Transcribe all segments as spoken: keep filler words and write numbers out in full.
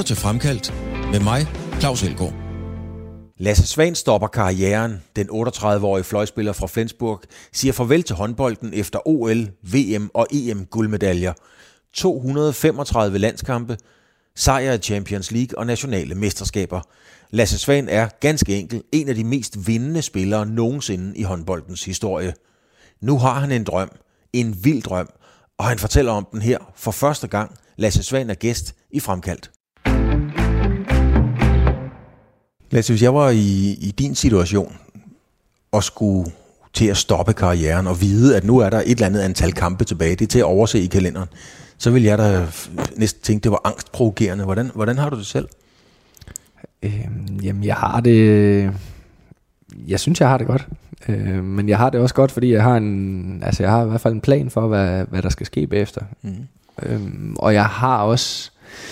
til Fremkaldt med mig, Claus Elgaard. Lasse Svahn stopper karrieren. Den otteogtredive-årige fløjspiller fra Flensburg siger farvel til håndbolden efter O L, V M og E M guldmedaljer. to hundrede og femogtredive landskampe, sejre i Champions League og nationale mesterskaber. Lasse Svahn er ganske enkelt en af de mest vindende spillere nogensinde i håndboldens historie. Nu har han en drøm, en vild drøm, og han fortæller om den her for første gang. Lasse Svahn er gæst i Fremkaldt. Lasse, hvis jeg var i, i din situation og skulle til at stoppe karrieren og vide, at nu er der et eller andet antal kampe tilbage, det er til at overse i kalenderen, så ville jeg da næsten tænke, det var angstprovokerende. Hvordan, hvordan har du det selv? Øhm, jamen, jeg har det... Jeg synes, jeg har det godt. Øh, men jeg har det også godt, fordi jeg har en... Altså, jeg har i hvert fald en plan for, hvad, hvad der skal ske bagefter. Mm. Øhm, og jeg har også...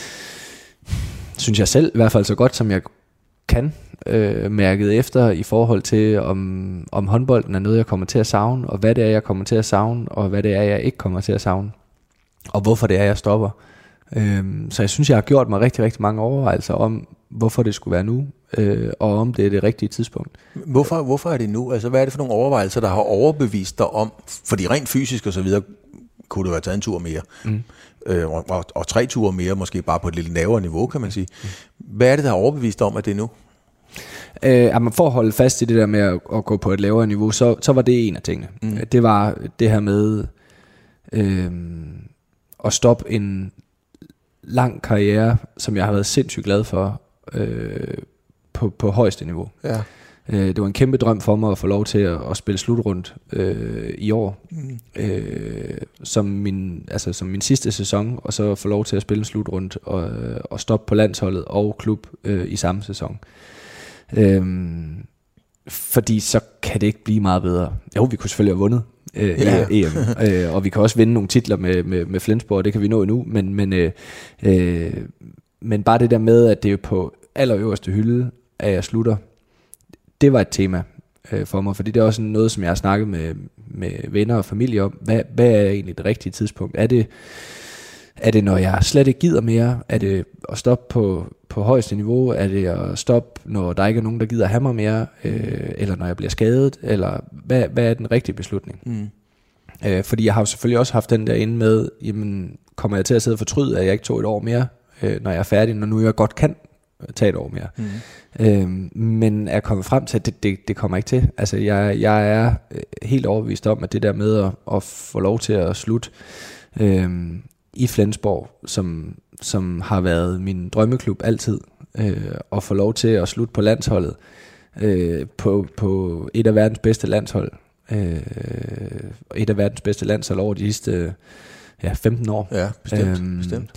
Synes jeg selv, i hvert fald så godt, som jeg kan, øh, mærket efter i forhold til, om, om håndbolden er noget, jeg kommer til at savne, og hvad det er, jeg kommer til at savne, og hvad det er, jeg ikke kommer til at savne, og hvorfor det er, jeg stopper. Øhm, så jeg synes, jeg har gjort mig rigtig, rigtig mange overvejelser om, hvorfor det skulle være nu, øh, og om det er det rigtige tidspunkt. Hvorfor, hvorfor er det nu? Altså, hvad er det for nogle overvejelser, der har overbevist dig om, fordi rent fysisk og så videre, kunne du have taget en tur mere, mm. øh, og, og, og tre ture mere, måske bare på et lidt lavere niveau, kan man sige. Mm. Hvad er det, der har overbevist dig om, at det er nu? Øh, at man får holde fast i det der med at, at gå på et lavere niveau, så, så var det en af tingene. Mm. Det var det her med øh, at stoppe en lang karriere, som jeg har været sindssygt glad for, øh, på, på højeste niveau. Ja. Øh, det var en kæmpe drøm for mig at få lov til at, at spille slutrundt øh, i år, mm. øh, som, min, altså, som min sidste sæson, og så få lov til at spille slutrundt og, og stoppe på landsholdet og klub øh, i samme sæson. Øhm, fordi så kan det ikke blive meget bedre. Jo, vi kunne selvfølgelig have vundet øh, ja. E M, øh, og vi kan også vinde nogle titler med, med, med Flensburg, og det kan vi nå endnu, men, men, øh, øh, men bare det der med, at det er på allerøverste hylde, at jeg slutter, det var et tema øh, for mig, fordi det er også noget, som jeg har snakket med, med venner og familie om. Hvad, hvad er egentlig det rigtige tidspunkt? Er det Er det, når jeg slet ikke gider mere? Er det at stoppe på, på højeste niveau? Er det at stoppe, når der ikke er nogen, der gider have mig mere? Øh, eller når jeg bliver skadet? Eller hvad, hvad er den rigtige beslutning? Mm. Øh, fordi jeg har jo selvfølgelig også haft den der inde med, jamen, kommer jeg til at sidde og fortryde, at jeg ikke tog et år mere, øh, når jeg er færdig, når nu jeg godt kan tage et år mere. Mm. Øh, men er kommet frem til, at det, det, det kommer ikke til. Altså, jeg, jeg er helt overbevist om, at det der med at, at få lov til at slutte... Øh, i Flensborg, som, som har været min drømmeklub altid, øh, og få lov til at slutte på landsholdet, øh, på, på et af verdens bedste landshold, øh, et af verdens bedste landshold over de sidste ja, femten år. Ja, bestemt. Øhm, bestemt.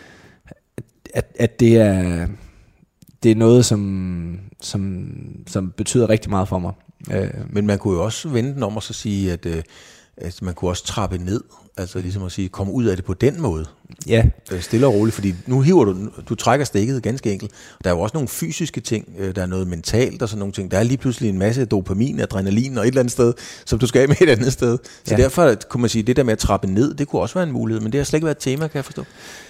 At, at det er det er noget, som, som, som betyder rigtig meget for mig. Øh, Men man kunne jo også vende den om og så sige, at, øh, at man kunne også trappe ned. Altså ligesom at sige, komme ud af det på den måde. Ja. Stille og roligt, fordi nu hiver du, du trækker stikket ganske enkelt. Der er jo også nogle fysiske ting, der er noget mentalt og sådan nogle ting. Der er lige pludselig en masse dopamin, adrenalin og et eller andet sted, som du skal af med et andet sted. Så ja. Derfor kunne man sige, det der med at trappe ned, det kunne også være en mulighed, men det har slet ikke været et tema, kan jeg forstå.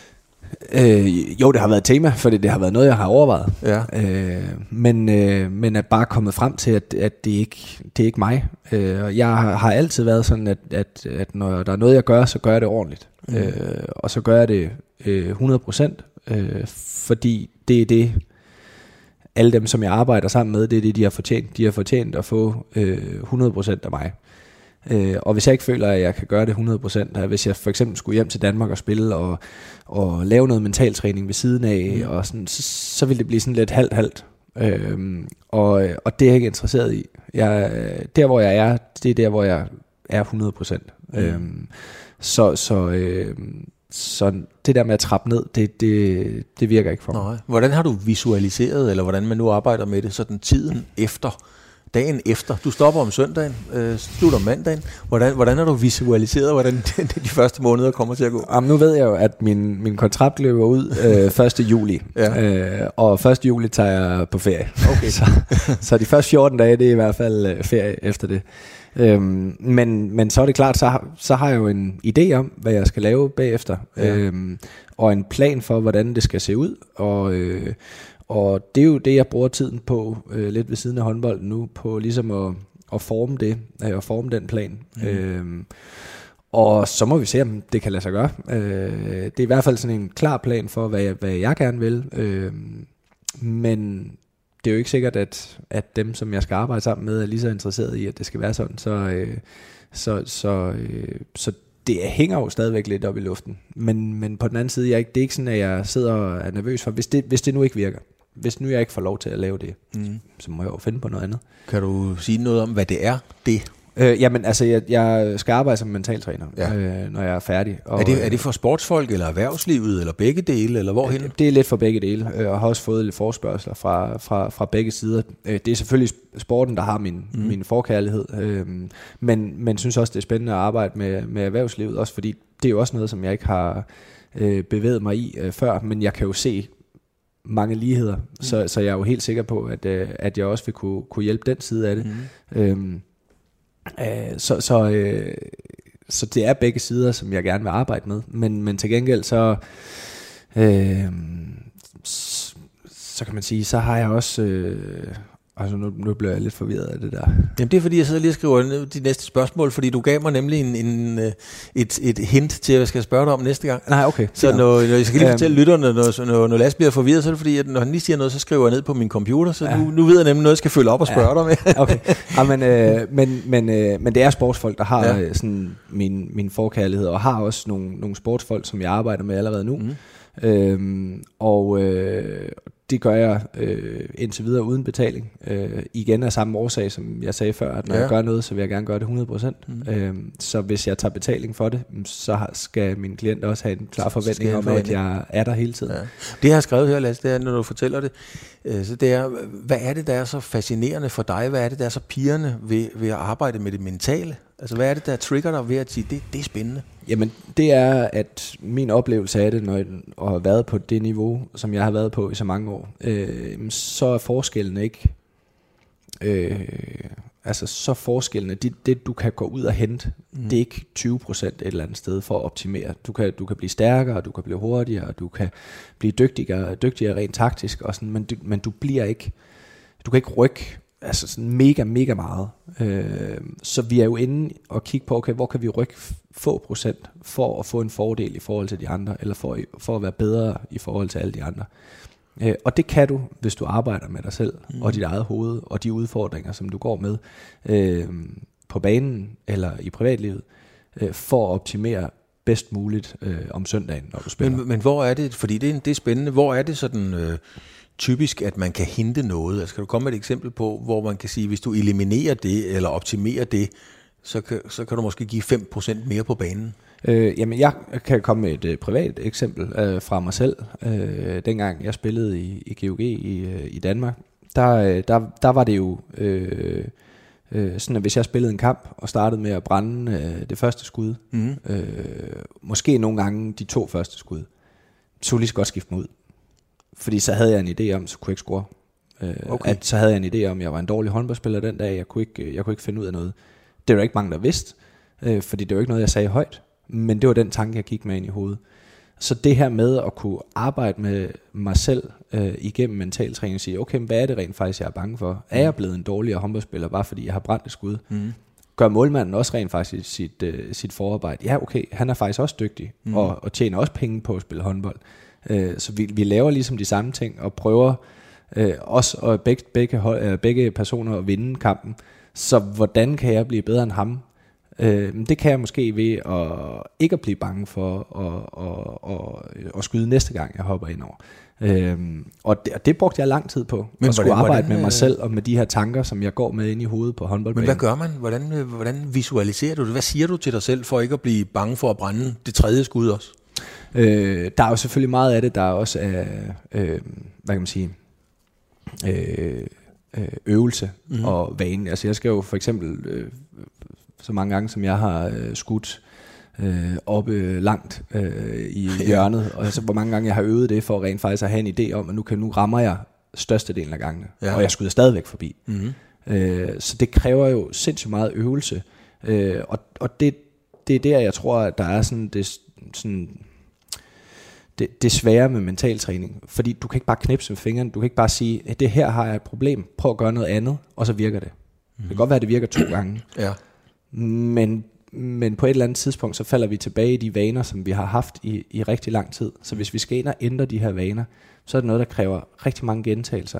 Øh, jo, det har været et tema, fordi det har været noget, jeg har overvejet. Ja. Øh, men, øh, men er bare kommet frem til, at, at det ikke det er ikke mig. Øh, jeg har altid været sådan, at, at, at når der er noget, jeg gør, så gør jeg det ordentligt. Mm. Øh, og så gør jeg det øh, hundrede procent, øh, fordi det er det, alle dem, som jeg arbejder sammen med, det er det, de har fortjent. De har fortjent at få øh, hundrede procent af mig. Øh, og hvis jeg ikke føler, at jeg kan gøre det hundrede procent, hvis jeg for eksempel skulle hjem til Danmark og spille og, og lave noget mentaltræning ved siden af, mm. og sådan, så, så vil det blive sådan lidt halvt-halvt. Øh, og, og det er jeg ikke interesseret i. Jeg, der hvor jeg er, det er der hvor jeg er hundrede procent. Mm. Øh, så, så, øh, så det der med at trappe ned, det, det, det virker ikke for mig. Nej. Hvordan har du visualiseret, eller hvordan man nu arbejder med det, sådan tiden efter, dagen efter? Du stopper om søndagen, øh, slutter om mandagen. Hvordan, hvordan har du visualiseret, hvordan de første måneder kommer til at gå? Jamen, nu ved jeg jo, at min, min kontrakt løber ud øh, første juli, ja. øh, og første juli tager jeg på ferie. Okay. så, så de første fjorten dage, det er i hvert fald øh, ferie efter det. Øhm, men, men så er det klart, så, så har jeg jo en idé om, hvad jeg skal lave bagefter, ja. øhm, og en plan for, hvordan det skal se ud, og, øh, og det er jo det, jeg bruger tiden på, øh, lidt ved siden af håndbolden nu, på ligesom at, at forme det, øh, og forme den plan. Mm. Øhm, og så må vi se, om det kan lade sig gøre. Øh, det er i hvert fald sådan en klar plan for, hvad jeg, hvad jeg gerne vil, øh, men det er jo ikke sikkert, at, at dem, som jeg skal arbejde sammen med, er lige så interesseret i, at det skal være sådan. Så, øh, så, så, øh, så det hænger jo stadigvæk lidt op i luften. Men, men på den anden side, jeg, det er ikke sådan, at jeg sidder og er nervøs for, hvis det, hvis det nu ikke virker. Hvis nu jeg ikke får lov til at lave det, mm. så må jeg jo finde på noget andet. Kan du sige noget om, hvad det er, det? Øh, jamen altså, jeg, jeg skal arbejde som mentaltræner, ja. øh, når jeg er færdig. Og, er, det, er det for sportsfolk, eller erhvervslivet, eller begge dele, eller hvorhen? Det, det er lidt for begge dele, øh, og har også fået lidt forespørgsler fra, fra, fra begge sider. Øh, det er selvfølgelig sporten, der har min, mm. min forkærlighed, øh, men, men synes også, det er spændende at arbejde med, med erhvervslivet, også fordi det er jo også noget, som jeg ikke har øh, bevæget mig i øh, før, men jeg kan jo se mange ligheder, mm. så, så jeg er jo helt sikker på, at, øh, at jeg også vil kunne, kunne hjælpe den side af det. Mm. Øh, Uh, så, så, uh, så det er begge sider, som jeg gerne vil arbejde med, men, men til gengæld så, uh, så så kan man sige, så har jeg også uh, altså nu, nu bliver jeg lidt forvirret af det der. Jamen det er fordi jeg sidder lige og skriver ned de næste spørgsmål, fordi du gav mig nemlig en, en, et, et hint til at jeg skal spørge dig om næste gang. Nej, okay. Så når, når jeg skal lige fortælle lytterne, når, når, når Lasse bliver forvirret, så er det fordi at når han lige siger noget, så skriver jeg ned på min computer, så ja. nu, nu ved jeg nemlig noget, jeg skal følge op og spørge ja. dig med. Okay. Ja, men, øh, men, men, øh, men det er sportsfolk, der har ja. sådan min, min forkærlighed, og har også nogle, nogle sportsfolk, som jeg arbejder med allerede nu. Mm. Øhm, og øh, det gør jeg øh, indtil videre uden betaling. Øh, igen af samme årsag, som jeg sagde før, at når ja. jeg gør noget, så vil jeg gerne gøre det hundrede procent. Mm. Øhm, så hvis jeg tager betaling for det, så skal min klient også have en klar forventning om, at jeg er der hele tiden. Ja. Det jeg har skrevet her, Lasse, det er, når du fortæller det, øh, så det er, hvad er det, der er så fascinerende for dig? Hvad er det, der er så pirrende ved, ved at arbejde med det mentale? Altså, hvad er det, der trigger dig ved at sige, det, det er spændende? Jamen, det er, at min oplevelse af det, når jeg har været på det niveau, som jeg har været på i så mange år, øh, så er forskellen ikke, øh, altså så forskellen, det, det du kan gå ud og hente, mm. det er ikke tyve procent et eller andet sted for at optimere. Du kan, du kan blive stærkere, du kan blive hurtigere, du kan blive dygtigere, dygtigere rent taktisk, og sådan, men, du, men du bliver ikke, du kan ikke rykke, altså sådan mega, mega meget. Øh, så vi er jo inde og kigge på, okay, hvor kan vi rykke få procent for at få en fordel i forhold til de andre, eller for, for at være bedre i forhold til alle de andre. Øh, og det kan du, hvis du arbejder med dig selv, mm. og dit eget hoved, og de udfordringer, som du går med øh, på banen, eller i privatlivet, øh, for at optimere bedst muligt øh, om søndagen, når du spiller. Men, men hvor er det, fordi det er, det er spændende, hvor er det sådan... Øh typisk, at man kan hente noget. Altså, kan du komme med et eksempel på, hvor man kan sige, hvis du eliminerer det, eller optimerer det, så kan, så kan du måske give fem procent mere på banen? Øh, jamen, jeg kan komme med et øh, privat eksempel øh, fra mig selv. Øh, dengang jeg spillede i, i G O G i, øh, i Danmark, der, der, der var det jo øh, øh, sådan, at hvis jeg spillede en kamp, og startede med at brænde øh, det første skud, mm. øh, måske nogle gange de to første skud, så kunne jeg lige så godt skifte mig ud. Fordi så havde jeg en idé om, så kunne jeg ikke score. Okay. At så havde jeg en idé om, at jeg var en dårlig håndboldspiller den dag. Jeg kunne ikke, jeg kunne ikke finde ud af noget. Det var ikke mange, der vidste, fordi det var ikke noget, jeg sagde højt. Men det var den tanke, jeg gik med ind i hovedet. Så det her med at kunne arbejde med mig selv øh, igennem mentaltræning og sige, okay, hvad er det rent faktisk, jeg er bange for? Er jeg blevet en dårligere håndboldspiller, bare fordi jeg har brændt et skud? Mm. Gør målmanden også rent faktisk sit, øh, sit forarbejde? Ja, okay, han er faktisk også dygtig, mm. og, og tjener også penge på at spille håndbold. Så vi, vi laver ligesom de samme ting og prøver øh, også og begge, begge, hold, begge personer at vinde kampen. Så hvordan kan jeg blive bedre end ham? Øh, det kan jeg måske ved at ikke at blive bange for at, at, at, at skyde næste gang jeg hopper ind over. Øh, og, det, og det brugte jeg lang tid på. Men at skulle hvordan, arbejde hvordan, med mig selv og med de her tanker, som jeg går med ind i hovedet på håndboldbanen. Men hvad gør man? Hvordan, hvordan visualiserer du det? Hvad siger du til dig selv for ikke at blive bange for at brænde det tredje skud også? Øh, der er jo selvfølgelig meget af det, der er også er, øh, hvad kan man sige, øh, øvelse mm-hmm. og vane. Altså jeg skal jo for eksempel, øh, så mange gange som jeg har øh, skudt øh, oppe langt øh, i hjørnet, og altså, hvor mange gange jeg har øvet det, for rent faktisk at have en idé om, at nu, kan, nu rammer jeg størstedelen af gangene, ja. Og jeg skyder stadigvæk forbi. Mm-hmm. Øh, så det kræver jo sindssygt meget øvelse. Øh, og og det, det er der, jeg tror, at der er sådan det, sådan, det, det svære med mentaltræning. Fordi du kan ikke bare knipse med fingrene. Du kan ikke bare sige, at det her har jeg et problem. Prøv at gøre noget andet, og så virker det. Mm. Det kan godt være, at det virker to gange. Ja. Men, men på et eller andet tidspunkt, så falder vi tilbage i de vaner, som vi har haft i, i rigtig lang tid. Så hvis vi skal ind og ændre de her vaner, så er det noget, der kræver rigtig mange gentagelser.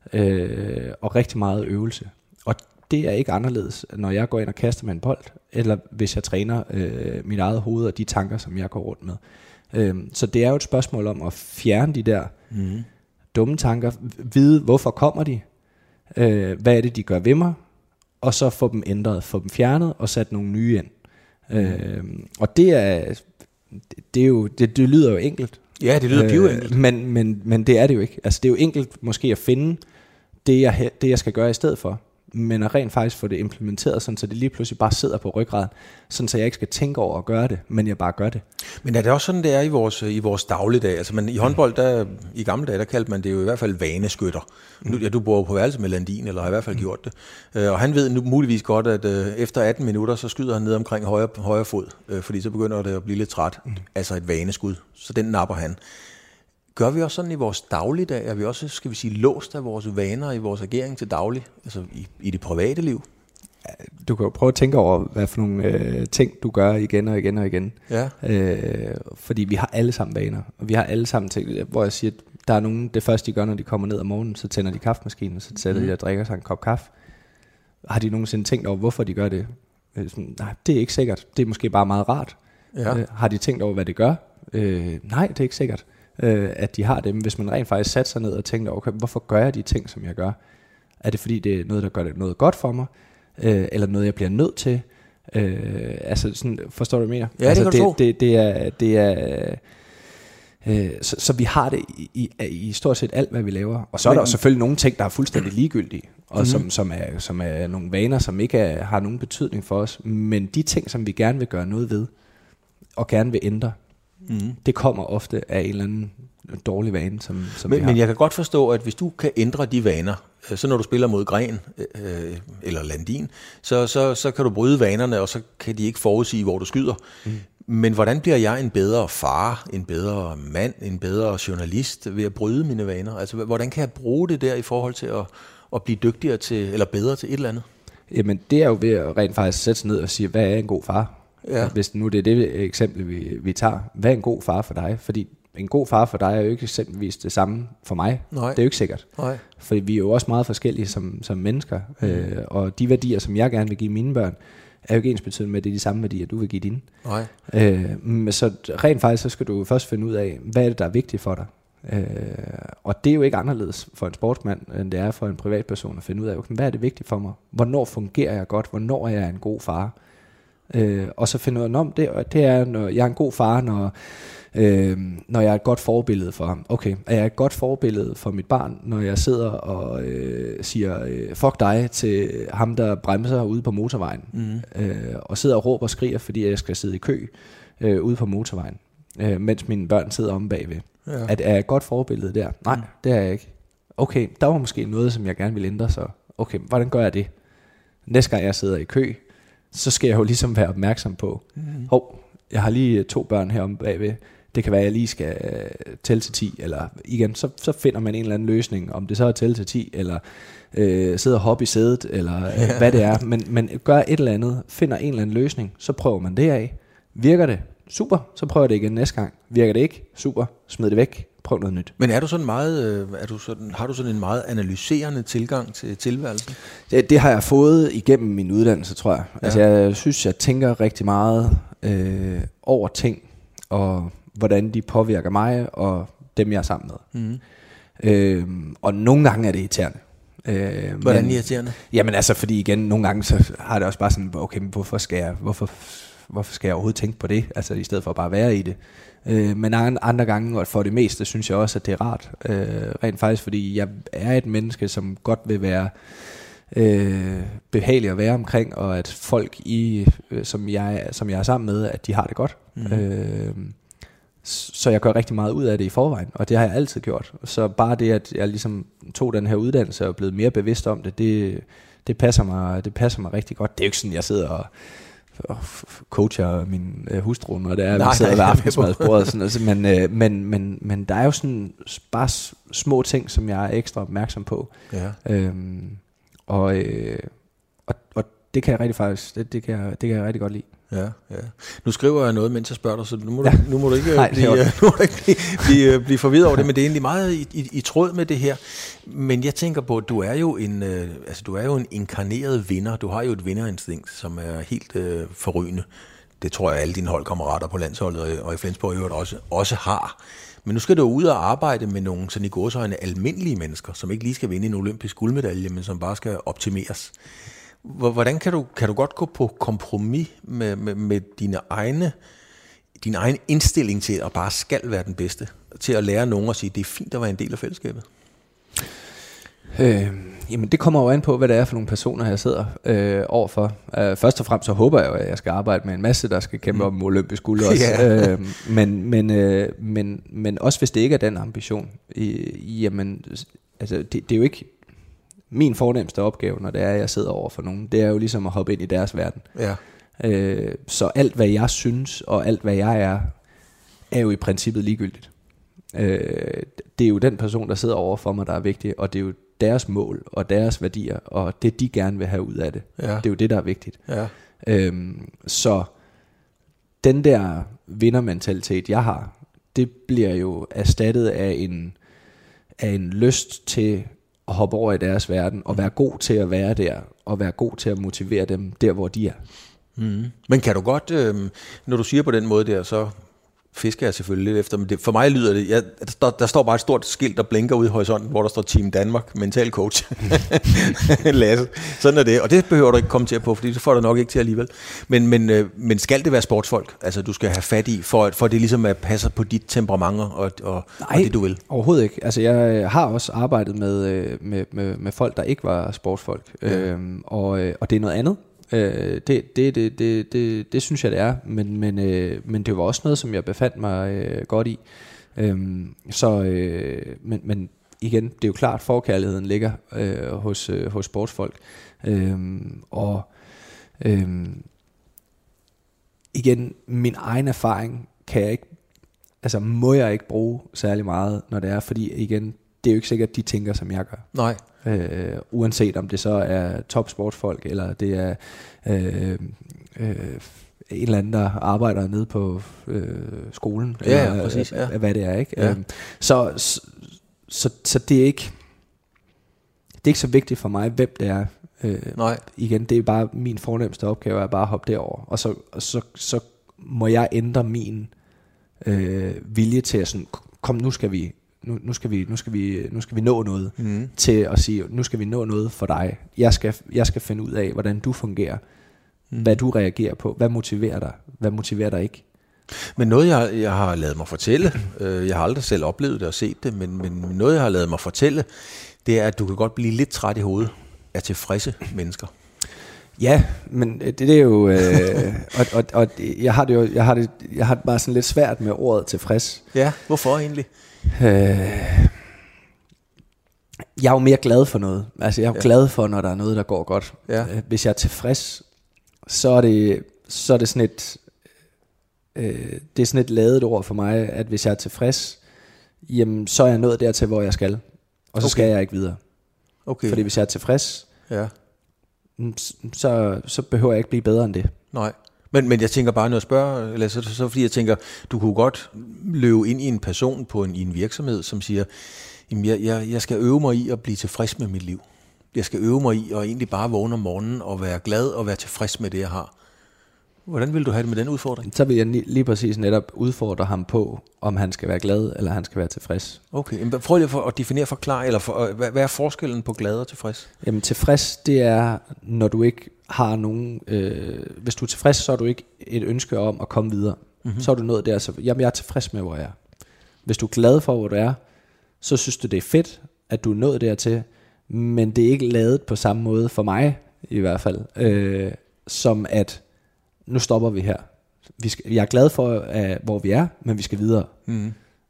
Øh, og rigtig meget øvelse. Og det er ikke anderledes, når jeg går ind og kaster med en bold, eller hvis jeg træner øh, mit eget hoved og de tanker, som jeg går rundt med. Øh, så det er jo et spørgsmål om at fjerne de der mm. dumme tanker, vide hvorfor kommer de, øh, hvad er det de gør ved mig, og så få dem ændret, få dem fjernet og sat nogle nye ind. Mm. Øh, og det er, det er jo, det, det lyder jo enkelt. Ja, det lyder piv enkelt. Øh, men, men, men det er det jo ikke. Altså det er jo enkelt måske at finde det jeg, det, jeg skal gøre i stedet for. Men at rent faktisk få det implementeret, sådan, så det lige pludselig bare sidder på ryggraden, sådan, så jeg ikke skal tænke over at gøre det, men jeg bare gør det. Men er det også sådan, det er i vores, i vores dagligdag? Altså man, i håndbold, der, i gamle dage, der kaldte man det jo i hvert fald vaneskytter. Mm. Nu, ja, du bor på værelse med Landin, eller har i hvert fald mm. gjort det. Uh, og han ved nu muligvis godt, at uh, efter atten minutter, så skyder han ned omkring højre, højre fod, uh, fordi så begynder det at blive lidt træt. Mm. Altså et vaneskud, så den napper han. Gør vi også sådan i vores dagligdag? Er vi også, skal vi sige, låst af vores vaner i vores agering til daglig? Altså i, i det private liv? Du kan jo prøve at tænke over, hvad for nogle øh, ting, du gør igen og igen og igen. Ja. Øh, fordi vi har alle sammen vaner. Og vi har alle sammen ting, hvor jeg siger, at der er nogen, det første de gør, når de kommer ned om morgenen, så tænder de kaffemaskinen, og så sætter mm. de og drikker sig en kop kaffe. Har de nogensinde tænkt over, hvorfor de gør det? Sådan, nej, det er ikke sikkert. Det er måske bare meget rart. Ja. Øh, har de tænkt over, hvad det gør? Øh, nej, det er ikke sikkert. Øh, at de har dem. Hvis man rent faktisk satte sig ned og tænkte, okay, hvorfor gør jeg de ting, som jeg gør? Er det fordi, det er noget, der gør det noget godt for mig? Øh, eller noget, jeg bliver nødt til? Øh, altså, sådan, forstår du, hvad jeg mener? Ja, altså, det kan det, det, det er... Det er øh, så, så vi har det i, i, i stort set alt, hvad vi laver. Og så er der selvfølgelig nogle ting, der er fuldstændig ligegyldige, og mm-hmm. som, som, er, som er nogle vaner, som ikke er, har nogen betydning for os. Men de ting, som vi gerne vil gøre noget ved, og gerne vil ændre, Mm. det kommer ofte af en eller anden dårlig vane, som, som men, vi har. Men jeg kan godt forstå, at hvis du kan ændre de vaner, så når du spiller mod Gren øh, eller Landin, så, så, så kan du bryde vanerne, og så kan de ikke forudsige, hvor du skyder. Mm. Men hvordan bliver jeg en bedre far, en bedre mand, en bedre journalist ved at bryde mine vaner? Altså, hvordan kan jeg bruge det der i forhold til at, at blive dygtigere til, eller bedre til et eller andet? Jamen, det er jo ved at rent faktisk sætte sig ned og sige, hvad er en god far? Ja. Hvis nu det er det eksempel, vi, vi tager. Hvad er en god far for dig? Fordi en god far for dig er jo ikke eksempelvis det samme for mig. Nej. Det er jo ikke sikkert. Nej. Fordi vi er jo også meget forskellige som, som mennesker. Mm. Øh, og de værdier, som jeg gerne vil give mine børn, er jo ikke ensbetydende med, at det er de samme værdier, du vil give dine. Nej. Øh, men så rent faktisk, så skal du først finde ud af, hvad er det, der er vigtigt for dig. Øh, og det er jo ikke anderledes for en sportsmand, end det er for en privatperson at finde ud af, okay, hvad er det vigtigt for mig? Hvornår fungerer jeg godt? Hvornår er jeg en god far? Øh, og så finde ud af, det, det er, når jeg er en god far, når, øh, når jeg er et godt forbillede for ham. Okay, er jeg et godt forbillede for mit barn, når jeg sidder og øh, siger, øh, fuck dig til ham, der bremser ude på motorvejen, mm. øh, og sidder og råber og skriger, fordi jeg skal sidde i kø øh, ude på motorvejen, øh, mens mine børn sidder om bagved. Ja. At, er jeg et godt forbillede der? Nej, mm. det er jeg ikke. Okay, der var måske noget, som jeg gerne ville ændre, så okay, hvordan gør jeg det? Næste gang jeg sidder i kø, så skal jeg jo ligesom være opmærksom på, mm-hmm. hov, jeg har lige to børn heromme bagved, det kan være, at jeg lige skal uh, tælle til ti, eller igen, så, så finder man en eller anden løsning, om det så er tælle til ti, eller uh, sidde og hoppe i sædet, eller uh, ja. hvad det er, men, men gør et eller andet, finder en eller anden løsning, så prøver man det af. Virker det? Super, så prøver det igen næste gang. Virker det ikke? Super, smid det væk. Prøv noget nyt. Men er du sådan meget, er du sådan, har du sådan en meget analyserende tilgang til tilværelsen? Det, det har jeg fået igennem min uddannelse, tror jeg. Ja. Altså jeg synes, jeg tænker rigtig meget øh, over ting, og hvordan de påvirker mig, og dem jeg er sammen med. Mm. Øh, og nogle gange er det irriterende. Øh, hvordan men, irriterende? Jamen altså, fordi igen, nogle gange så har det også bare sådan, okay, hvorfor skal jeg, hvorfor, hvorfor skal jeg overhovedet tænke på det? Altså i stedet for bare at være i det. Øh, men andre gange, og for det meste, synes jeg også, at det er rart. Øh, rent faktisk, fordi jeg er et menneske, som godt vil være øh, behagelig at være omkring, og at folk, i, øh, som, jeg, som jeg er sammen med, at de har det godt. Mm. Øh, så jeg gør rigtig meget ud af det i forvejen, og det har jeg altid gjort. Så bare det, at jeg ligesom tog den her uddannelse og er blevet mere bevidst om det, det, det, passer mig, det passer mig rigtig godt. Det er jo ikke sådan, jeg sidder og, og coacher min øh, hustru, når det er, at vi sidder ved aftensmadsbordet. Sådan noget. Men, øh, men, men, men der er jo sådan bare små ting, som jeg er ekstra opmærksom på. Ja. Øhm, og, øh, og, og det kan jeg rigtig faktisk, det, det, kan jeg, det kan jeg rigtig godt lide. Ja, ja. Nu skriver jeg noget, mens jeg spørger dig, så nu må, ja. du, nu må du ikke, Nej, blive, nu må du ikke blive, blive, blive forvirret over det, men det er egentlig meget i, i, i tråd med det her. Men jeg tænker på, at du er jo en, øh, altså, du er jo en inkarneret vinder. Du har jo et vinderinstinkt, som er helt øh, forrygende. Det tror jeg, alle dine holdkammerater på landsholdet og, og i Flensborg i øvrigt også, også har. Men nu skal du ud og arbejde med nogle sådan i gåseøjne almindelige mennesker, som ikke lige skal vinde en olympisk guldmedalje, men som bare skal optimeres. Hvordan kan du, kan du godt gå på kompromis med, med, med dine egne, din egen indstilling til at bare skal være den bedste, til at lære nogen at sige, det er fint at være en del af fællesskabet? Øh, jamen det kommer jo an på, hvad det er for nogle personer, jeg sidder øh, overfor. Øh, først og fremmest så håber jeg jo, at jeg skal arbejde med en masse, der skal kæmpe mm. om olympisk guld også. Yeah. øh, men, men, øh, men, men også hvis det ikke er den ambition, øh, jamen altså, det, det er jo ikke... Min fornemmeste opgave, når det er, at jeg sidder over for nogen, det er jo ligesom at hoppe ind i deres verden. Ja. Øh, så alt, hvad jeg synes, og alt, hvad jeg er, er jo i princippet ligegyldigt. Øh, det er jo den person, der sidder over for mig, der er vigtig, og det er jo deres mål, og deres værdier, og det, de gerne vil have ud af det. Ja. Det er jo det, der er vigtigt. Ja. Øh, så den der vindermentalitet, jeg har, det bliver jo erstattet af en, af en lyst til at hoppe over i deres verden, og være god til at være der, og være god til at motivere dem der, hvor de er. Mm. Men kan du godt, øh, når du siger på den måde der, så fisker jeg selvfølgelig lidt efter, men det, for mig lyder det, jeg, der, står, der står bare et stort skilt, der blinker ud i horisonten, hvor der står Team Danmark, mental coach. Lasse. Sådan er det, og det behøver du ikke komme til på, fordi det får du nok ikke til alligevel. Men, men, øh, men skal det være sportsfolk, altså du skal have fat i, for, for det ligesom at passe på dit temperament og, og, Nej, og det du vil? Overhovedet ikke. Altså jeg har også arbejdet med, med, med, med folk, der ikke var sportsfolk, ja. øhm, og, og det er noget andet. Øh, det, det, det, det, det, det synes jeg det er, men, men, øh, men det var også noget, som jeg befandt mig øh, godt i. øhm, så, øh, men, men igen, det er jo klart, forkærligheden ligger øh, hos, øh, hos sportsfolk. øhm, og øhm, igen, min egen erfaring kan jeg ikke, altså må jeg ikke bruge særlig meget, når det er, fordi igen, det er jo ikke sikkert, at de tænker, som jeg gør. Nej. Øh, uanset om det så er top sportsfolk, eller det er øh, øh, en eller anden, der arbejder nede på øh, skolen, ja, eller ja, præcis, ja. hvad det er, ikke? Ja. Øhm, så, så, så, så det er ikke det er ikke så vigtigt for mig, hvem det er. Øh, Nej. Igen, det er bare min fornemmeste opgave, er bare at hoppe derover, og så, og så, så må jeg ændre min øh, vilje til at sådan, kom, nu skal vi Nu, nu, skal vi, nu, skal vi, nu skal vi nå noget, mm. til at sige, nu skal vi nå noget for dig. Jeg skal, jeg skal finde ud af, hvordan du fungerer, mm. hvad du reagerer på, hvad motiverer dig, hvad motiverer dig ikke. Men noget, jeg, jeg har ladet mig fortælle, øh, jeg har aldrig selv oplevet det og set det, men, men noget, jeg har ladet mig fortælle, det er, at du kan godt blive lidt træt i hovedet af tilfredse mennesker. Ja, men det, det er jo, øh, og, og, og jeg har det jo, jeg har det, jeg har det bare sådan lidt svært med ordet tilfreds. Ja, hvorfor egentlig? Øh, jeg er jo mere glad for noget. Altså jeg er jo ja. glad for, når der er noget, der går godt. Ja. Hvis jeg er tilfreds, så er det, så er det sådan et, øh, det er sådan et ladet ord for mig, at hvis jeg er tilfreds, jamen så er jeg nået dertil, hvor jeg skal. Og så okay. skal jeg ikke videre. Okay. Fordi hvis jeg er tilfreds, ja. så, så behøver jeg ikke blive bedre end det. Nej. Men, men jeg tænker bare, når jeg spørger, eller så, så fordi jeg tænker, du kunne godt løbe ind i en person på en, i en virksomhed, som siger, jamen jeg, jeg, jeg skal øve mig i at blive tilfreds med mit liv. Jeg skal øve mig i at egentlig bare vågne om morgenen og være glad og være tilfreds med det, jeg har. Hvordan vil du have det med den udfordring? Så vil jeg lige præcis netop udfordre ham på, om han skal være glad, eller han skal være tilfreds. Okay, men prøv lige at definere, forklare, eller for, hvad, hvad er forskellen på glad og tilfreds? Jamen tilfreds, det er, når du ikke har nogen, øh, hvis du er tilfreds, så har du ikke et ønske om at komme videre. Mm-hmm. Så er du nået der, så jamen jeg er tilfreds med, hvor jeg er. Hvis du er glad for, hvor du er, så synes du, det er fedt, at du er nået dertil, men det er ikke lavet på samme måde, for mig i hvert fald, øh, som at, nu stopper vi her. Vi skal, jeg er glad for, uh, hvor vi er, men vi skal videre. Mm.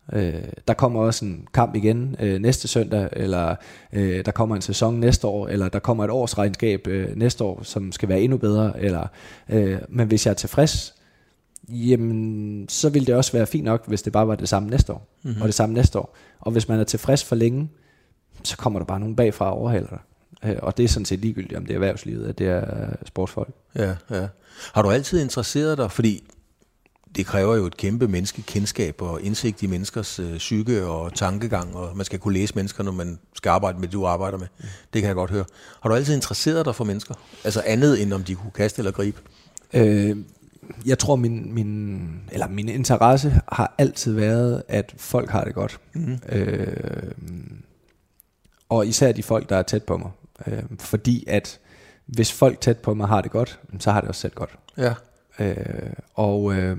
Øh, der kommer også en kamp igen øh, næste søndag, eller øh, der kommer en sæson næste år, eller der kommer et årsregnskab øh, næste år, som skal være endnu bedre. Eller, øh, men hvis jeg er tilfreds, jamen, så vil det også være fint nok, hvis det bare var det samme næste år, mm-hmm. og det samme næste år. Og hvis man er tilfreds for længe, så kommer der bare nogen bagfra og overhaler dig. Øh, og det er sådan set ligegyldigt, om det er erhvervslivet, at det er sportsfolk. Ja, ja. Har du altid interesseret dig, fordi det kræver jo et kæmpe menneskekendskab og indsigt i menneskers øh, psyke og tankegang, og man skal kunne læse mennesker, når man skal arbejde med det, du arbejder med. Mm. Det kan jeg godt høre. Har du altid interesseret dig for mennesker? Altså andet end om de kunne kaste eller gribe? Øh, jeg tror, min, min, eller min interesse har altid været, at folk har det godt. Mm. Øh, og især de folk, der er tæt på mig. Øh, fordi at hvis folk tæt på mig har det godt, så har det også selv godt. Ja. Øh, og, øh,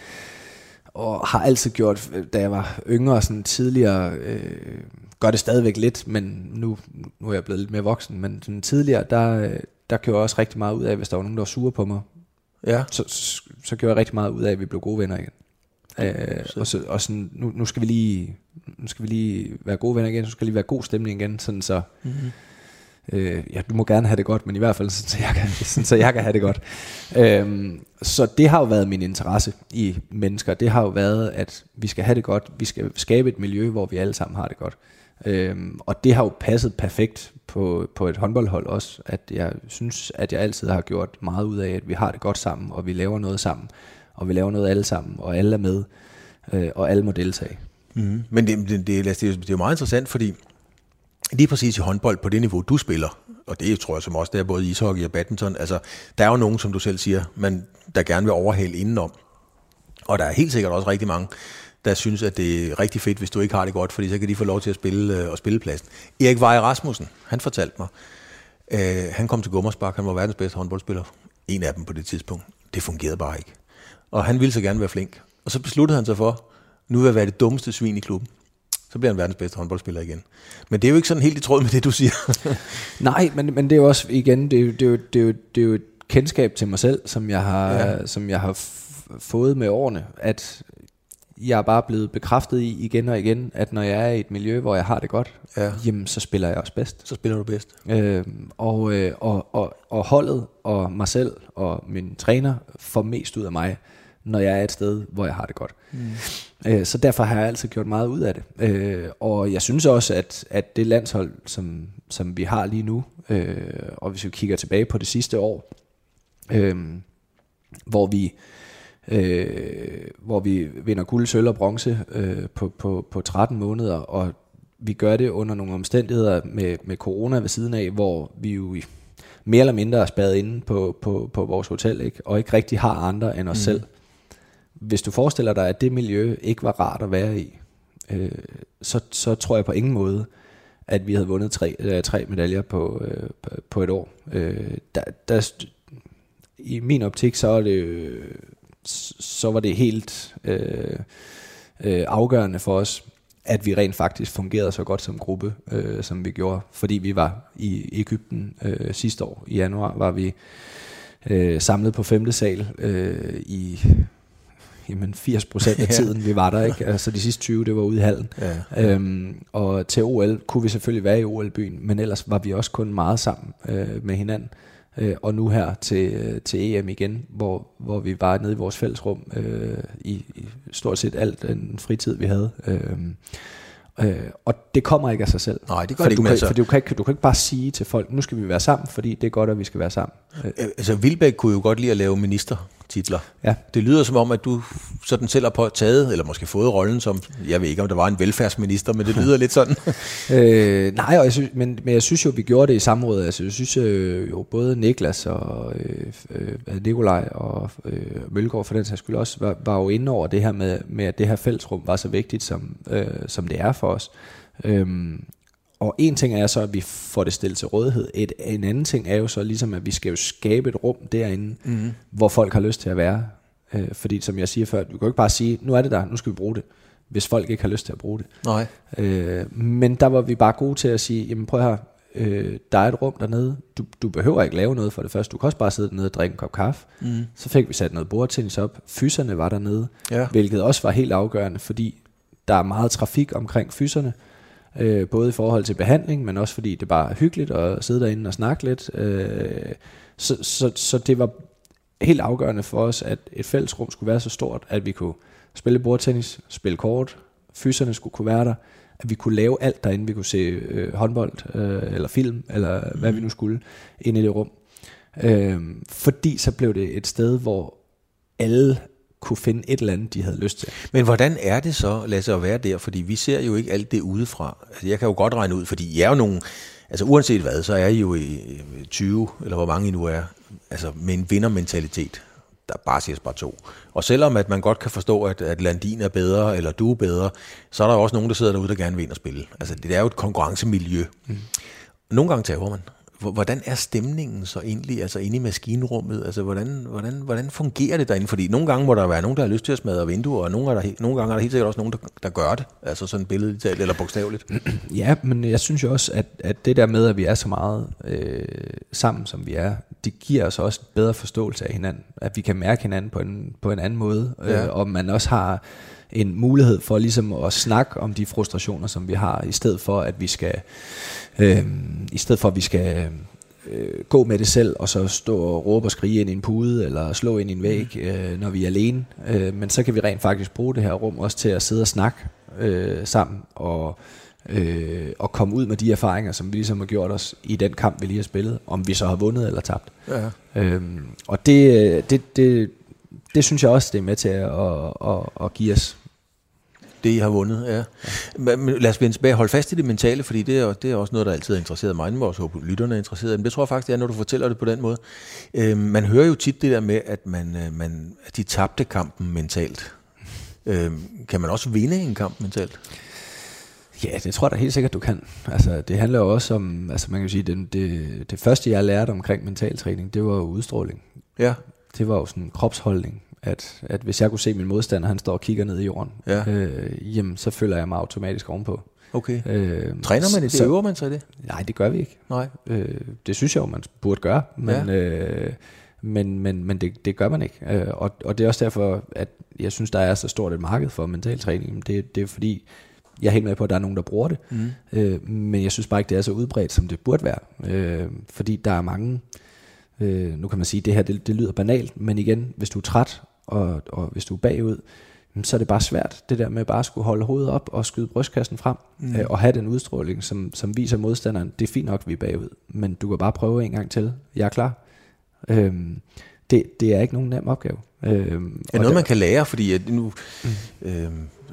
og har altid gjort, da jeg var yngre, sådan tidligere, øh, gør det stadigvæk lidt, men nu, nu er jeg blevet lidt mere voksen, men sådan tidligere, der, der gjorde jeg også rigtig meget ud af, hvis der var nogen, der var sure på mig, ja. så, så, så gjorde jeg rigtig meget ud af, at vi blev gode venner igen. Øh, og så, og sådan, nu, nu, skal vi lige, nu skal vi lige være gode venner igen, så skal lige være god stemning igen, sådan så... Mm-hmm. Øh, ja, du må gerne have det godt, men i hvert fald sådan, så jeg kan, sådan, så jeg kan have det godt. Øhm, så det har jo været min interesse i mennesker. Det har jo været, at vi skal have det godt. Vi skal skabe et miljø, hvor vi alle sammen har det godt. Øhm, og det har jo passet perfekt på, på et håndboldhold også. At jeg synes, at jeg altid har gjort meget ud af, at vi har det godt sammen, og vi laver noget sammen, og vi laver noget alle sammen, og alle er med, øh, og alle må deltage. Mm-hmm. Men det, det, det, det, det er jo meget interessant, fordi lige præcis i håndbold på det niveau, du spiller, og det tror jeg som også, det er både ishockey og badminton, altså der er jo nogen, som du selv siger, man, der gerne vil overhale indenom. Og der er helt sikkert også rigtig mange, der synes, at det er rigtig fedt, hvis du ikke har det godt, fordi så kan de få lov til at spille øh, og spille pladsen. Erik Weihe Rasmussen, han fortalte mig, øh, han kom til Gummersbach, han var verdens bedste håndboldspiller, en af dem på det tidspunkt. Det fungerede bare ikke. Og han ville så gerne være flink. Og så besluttede han sig for, nu vil jeg være det dummeste svin i klubben. Så bliver han verdens bedste håndboldspiller igen. Men det er jo ikke sådan helt i tråd med det, du siger. Nej, men, men det er jo også, igen, det er jo, det er jo, det er jo, det er jo et kendskab til mig selv, som jeg har, ja. som jeg har f- fået med årene, at jeg er bare blevet bekræftet i igen og igen, at når jeg er i et miljø, hvor jeg har det godt, ja. jamen så spiller jeg også bedst. Så spiller du bedst. Øh, og, øh, og, og, og holdet og mig selv og min træner får mest ud af mig, når jeg er et sted, hvor jeg har det godt. Mm. Øh, så derfor har jeg altid gjort meget ud af det. Øh, og jeg synes også, at, at det landshold, som, som vi har lige nu, øh, og hvis vi kigger tilbage på det sidste år, øh, hvor vi øh, hvor vi vinder guld, sølv og bronze øh, på, på, på tretten måneder, og vi gør det under nogle omstændigheder med, med corona ved siden af, hvor vi jo mere eller mindre er spadet inde på, på, på vores hotel, ikke? Og ikke rigtig har andre end os mm. selv. Hvis du forestiller dig, at det miljø ikke var rart at være i, øh, så, så tror jeg på ingen måde, at vi havde vundet tre, øh, tre medaljer på, øh, på, på et år. Øh, der, der, I min optik, så, er det, så var det helt øh, øh, afgørende for os, at vi rent faktisk fungerede så godt som gruppe, øh, som vi gjorde. Fordi vi var i Egypten øh, sidste år, i januar, var vi øh, samlet på femte sal øh, i... Jamen firs procent af tiden, vi var der, ikke? Altså de sidste tyve, det var ude i hallen. Ja, ja. Øhm, og til O L kunne vi selvfølgelig være i O L-byen, men ellers var vi også kun meget sammen øh, med hinanden. Øh, og nu her til, til E M igen, hvor, hvor vi var nede i vores fællesrum øh, i, i stort set alt den fritid, vi havde. Øh, øh, og det kommer ikke af sig selv. Nej, det gør for det ikke. Du kan, altså. For du kan, ikke, du kan ikke bare sige til folk, nu skal vi være sammen, fordi det er godt, at vi skal være sammen. Øh. Altså Wilbæk kunne jo godt lide at lave ministertitler. Ja. Det lyder som om, at du sådan selv har på taget, eller måske fået rollen som, jeg ved ikke, om der var en velfærdsminister, men det lyder lidt sådan. øh, nej, og jeg synes, men, men jeg synes jo, vi gjorde det i samrådet. Altså, jeg synes øh, jo, både Niklas og øh, øh, Nikolaj og øh, Mølgaard for den sags skyld også, var, var jo inde over det her med, med, at det her fællesrum var så vigtigt, som, øh, som det er for os. Øhm, og en ting er så, at vi får det stillet til rådighed. Et, en anden ting er jo så ligesom, at vi skal jo skabe et rum derinde, mm. hvor folk har lyst til at være. Øh, fordi som jeg siger før, vi kan jo ikke bare sige, nu er det der, nu skal vi bruge det, hvis folk ikke har lyst til at bruge det. Nej. Øh, men der var vi bare gode til at sige, jamen prøv her, øh, der er et rum dernede, du, du behøver ikke lave noget for det første, du kan også bare sidde dernede og drikke en kop kaffe. Mm. Så fik vi sat noget bordtennis op, fyserne var dernede, ja. Hvilket også var helt afgørende, fordi der er meget trafik omkring fyserne, øh, både i forhold til behandling, men også fordi det bare er hyggeligt at sidde derinde og snakke lidt. Øh, så, så, så det var helt afgørende for os, at et fællesrum skulle være så stort, at vi kunne spille bordtennis, spille kort, fyserne skulle kunne være der, at vi kunne lave alt derinde, vi kunne se øh, håndbold, øh, eller film, eller mm. hvad vi nu skulle, ind i det rum. Øh, fordi så blev det et sted, hvor alle kunne finde et eller andet, de havde lyst til. Men hvordan er det så, Lasse, at være der? Fordi vi ser jo ikke alt det udefra. Altså, jeg kan jo godt regne ud, fordi I er jo nogle, altså uanset hvad, så er I jo i tyve, eller hvor mange I nu er, altså med en vindermentalitet. Der bare siger bare to. Og selvom at man godt kan forstå, at, at Landin er bedre, eller du er bedre, så er der også nogen, der sidder derude, der gerne vil ind og spille. Altså det er jo et konkurrencemiljø. Mm. Nogle gange tager man. Hvordan er stemningen så egentlig, altså inde i maskinrummet? Altså hvordan, hvordan, hvordan fungerer det derinde? Fordi nogle gange må der være nogen, der har lyst til at smadre vinduer, og nogle, er der, nogle gange er der helt sikkert også nogen, der, der gør det. Altså sådan billedligt talt, eller bogstaveligt. Ja, men jeg synes jo også, at, at det der med, at vi er så meget øh, sammen, som vi er, det giver os også bedre forståelse af hinanden. At vi kan mærke hinanden på en, på en anden måde, ja. øh, og man også har en mulighed for ligesom at snakke om de frustrationer, som vi har, i stedet for at vi skal, øh, i stedet for at vi skal øh, gå med det selv, og så stå og råbe og skrige ind i en pude, eller slå ind i en væg, øh, når vi er alene. Øh, men så kan vi rent faktisk bruge det her rum også til at sidde og snakke øh, sammen, og Øh, og komme ud med de erfaringer, som vi ligesom har gjort os i den kamp, vi lige har spillet, om vi så har vundet eller tabt. Ja. Øhm, og det, det, det, det synes jeg også, det er med til at, at, at, at give os. Det I har vundet, ja. ja. Men lad os vende tilbage, hold fast i det mentale, fordi det er, det er også noget, der altid har interesseret mig, men også håber, lytterne er interesseret. Men det tror jeg faktisk, det er, når du fortæller det på den måde. Øhm, man hører jo tit det der med, at, man, man, at de tabte kampen mentalt. Øhm, kan man også vinde en kamp mentalt? Ja, det tror jeg da helt sikkert, du kan. Altså, det handler jo også om, altså man kan sige, det, det, det første, jeg lærte omkring mentaltræning, det var jo udstråling. Ja. Det var jo sådan en kropsholdning, at, at hvis jeg kunne se min modstander, han står og kigger ned i jorden, ja. øh, jamen, så føler jeg mig automatisk ovenpå. Okay. Øh, Træner man det? Så, øver man sig det? Nej, det gør vi ikke. Nej. Øh, det synes jeg jo, man burde gøre, men, ja. øh, men, men, men det, det gør man ikke. Øh, og, og det er også derfor, at jeg synes, der er så stort et marked for mentaltræning. Det, det er fordi, jeg er helt med på, at der er nogen, der bruger det, mm. øh, men jeg synes bare ikke, det er så udbredt, som det burde være. Øh, fordi der er mange, øh, nu kan man sige, det her det, det lyder banalt, men igen, hvis du er træt, og, og hvis du er bagud, så er det bare svært, det der med bare at skulle holde hovedet op og skyde brystkassen frem, mm. øh, og have den udstråling, som, som viser modstanderen, det er fint nok, vi er bagud, men du kan bare prøve en gang til, jeg er klar. Øh, det, det er ikke nogen nem opgave. Øh, er noget, der, man kan lære, fordi at nu... Mm. Øh,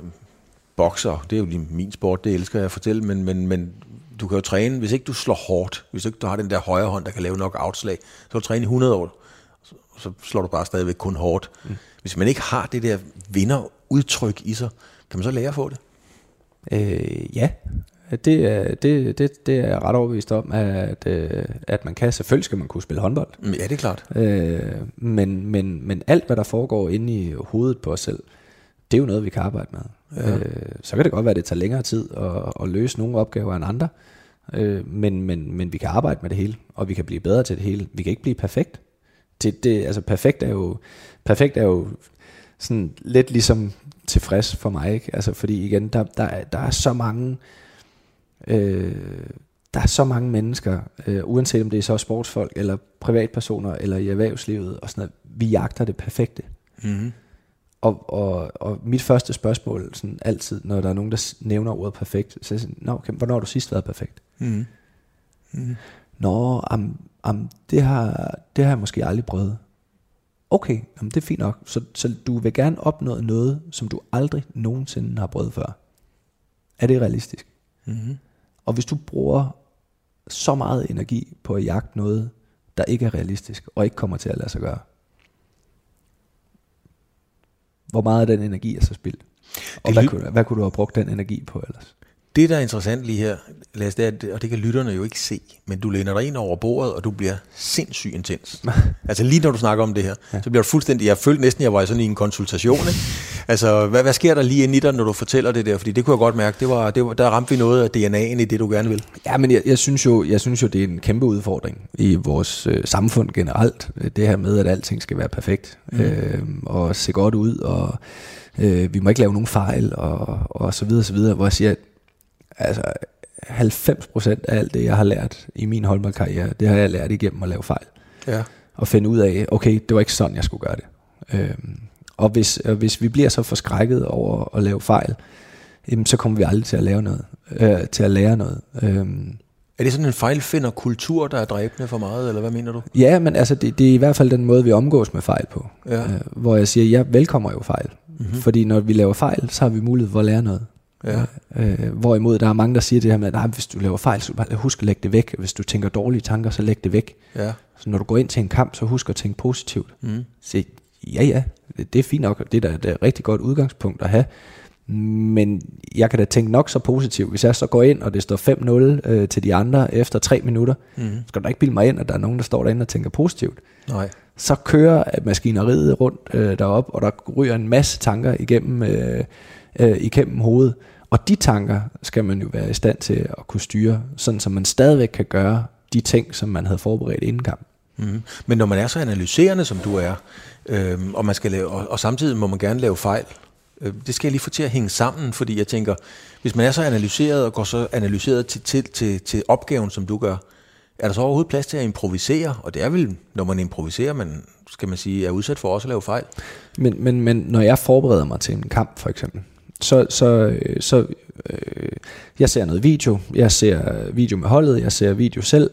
bokser, det er jo lige min sport, det elsker jeg at fortælle, men, men, men du kan jo træne, hvis ikke du slår hårdt, hvis ikke du har den der højre hånd, der kan lave knock-out-slag, så kan du træne i hundrede år, så, så slår du bare stadigvæk kun hårdt. Mm. Hvis man ikke har det der vinderudtryk i sig, kan man så lære at få det? Øh, ja, det er, det, det, det er jeg ret overbevist om, at, at man kan. Selvfølgelig skal man kunne spille håndbold. Ja, det er klart. Øh, men, men, men alt, hvad der foregår inde i hovedet på os selv, det er jo noget, vi kan arbejde med. Ja. Øh, så kan det godt være, at det tager længere tid at, at løse nogle opgaver end andre, øh, men, men, men vi kan arbejde med det hele, og vi kan blive bedre til det hele. Vi kan ikke blive perfekt. Det, det, altså perfekt er jo, perfekt er jo sådan lidt ligesom tilfreds for mig, ikke? Altså fordi igen, der, der, der er så mange, øh, der er så mange mennesker, øh, uanset om det er så sportsfolk eller privatpersoner eller i erhvervslivet og sådan noget, vi jagter det perfekte. Mhm. Og, og, og mit første spørgsmål, sådan altid, når der er nogen, der nævner ordet perfekt, så er jeg sådan, nå, okay, hvornår har du sidst været perfekt? Mm. Mm. Nå, am, am, det, har, det har jeg måske aldrig prøvet. Okay, am, det er fint nok. Så, så du vil gerne opnå noget, som du aldrig nogensinde har prøvet før. Er det realistisk? Mm. Og hvis du bruger så meget energi på at jagte noget, der ikke er realistisk, og ikke kommer til at lade sig gøre, hvor meget af den energi er så spildt? Og hvad, ly- kunne, hvad kunne du have brugt den energi på ellers? Det, der er interessant lige her, Lasse, det er, at, og det kan lytterne jo ikke se, men du læner dig ind over bordet, og du bliver sindssygt intens. Altså lige når du snakker om det her, ja. Så bliver du fuldstændig, jeg følte næsten, jeg var sådan i en konsultation, ikke? Altså, hvad, hvad sker der lige inde i dig, når du fortæller det der? Fordi det kunne jeg godt mærke, det var, det var, der ramte vi noget af D N A'en i det, du gerne vil. Ja, men jeg, jeg, synes jo, jeg synes jo, det er en kæmpe udfordring i vores øh, samfund generelt. Det her med, at alting skal være perfekt, mm. øh, og se godt ud, og øh, vi må ikke lave nogen fejl, og, og så videre, så videre, hvor jeg siger, at altså, halvfems procent af alt det, jeg har lært i min håndboldkarriere, det har jeg lært igennem at lave fejl. Ja. Og finde ud af, okay, det var ikke sådan, jeg skulle gøre det. Øhm, og hvis, øh, hvis vi bliver så forskrækket over at lave fejl, jamen, så kommer vi aldrig til at lave noget, øh, til at lære noget. Øhm, Er det sådan en fejlfinderkultur, der er dræbende for meget, eller hvad mener du? Ja, men altså, det, det er i hvert fald den måde, vi omgås med fejl på. Ja. Øh, hvor jeg siger, jeg velkommer jo fejl. Mm-hmm. Fordi når vi laver fejl, så har vi mulighed for at lære noget. Ja. Øh, hvorimod der er mange, der siger det her med, at hvis du laver fejl, så bare husk at lægge det væk. Hvis du tænker dårlige tanker, så læg det væk. Ja. Så når du går ind til en kamp, så husk at tænke positivt. Mm. Så ja, ja, det, det er fint nok. Det er da et rigtig godt udgangspunkt at have. Men jeg kan da tænke nok så positivt. Hvis jeg så går ind, og det står fem nul øh, til de andre efter tre minutter, mm. skal du da ikke bilde mig ind, at der er nogen, der står derinde og tænker positivt. Nej. Så kører maskineriet rundt øh, derop, og der ryger en masse tanker igennem, øh, øh, igennem hovedet. Og de tanker skal man jo være i stand til at kunne styre, sådan så man stadigvæk kan gøre de ting, som man havde forberedt inden kampen. Mm. Men når man er så analyserende, som du er, øh, og, man skal lave, og, og samtidig må man gerne lave fejl, øh, det skal jeg lige få til at hænge sammen, fordi jeg tænker, hvis man er så analyseret og går så analyseret til, til, til, til opgaven, som du gør, er der så overhovedet plads til at improvisere? Og det er vel, når man improviserer, man skal man sige, er udsat for også at lave fejl. Men, men, men når jeg forbereder mig til en kamp, for eksempel, så, så, så øh, jeg ser noget video, jeg ser video med holdet, jeg ser video selv.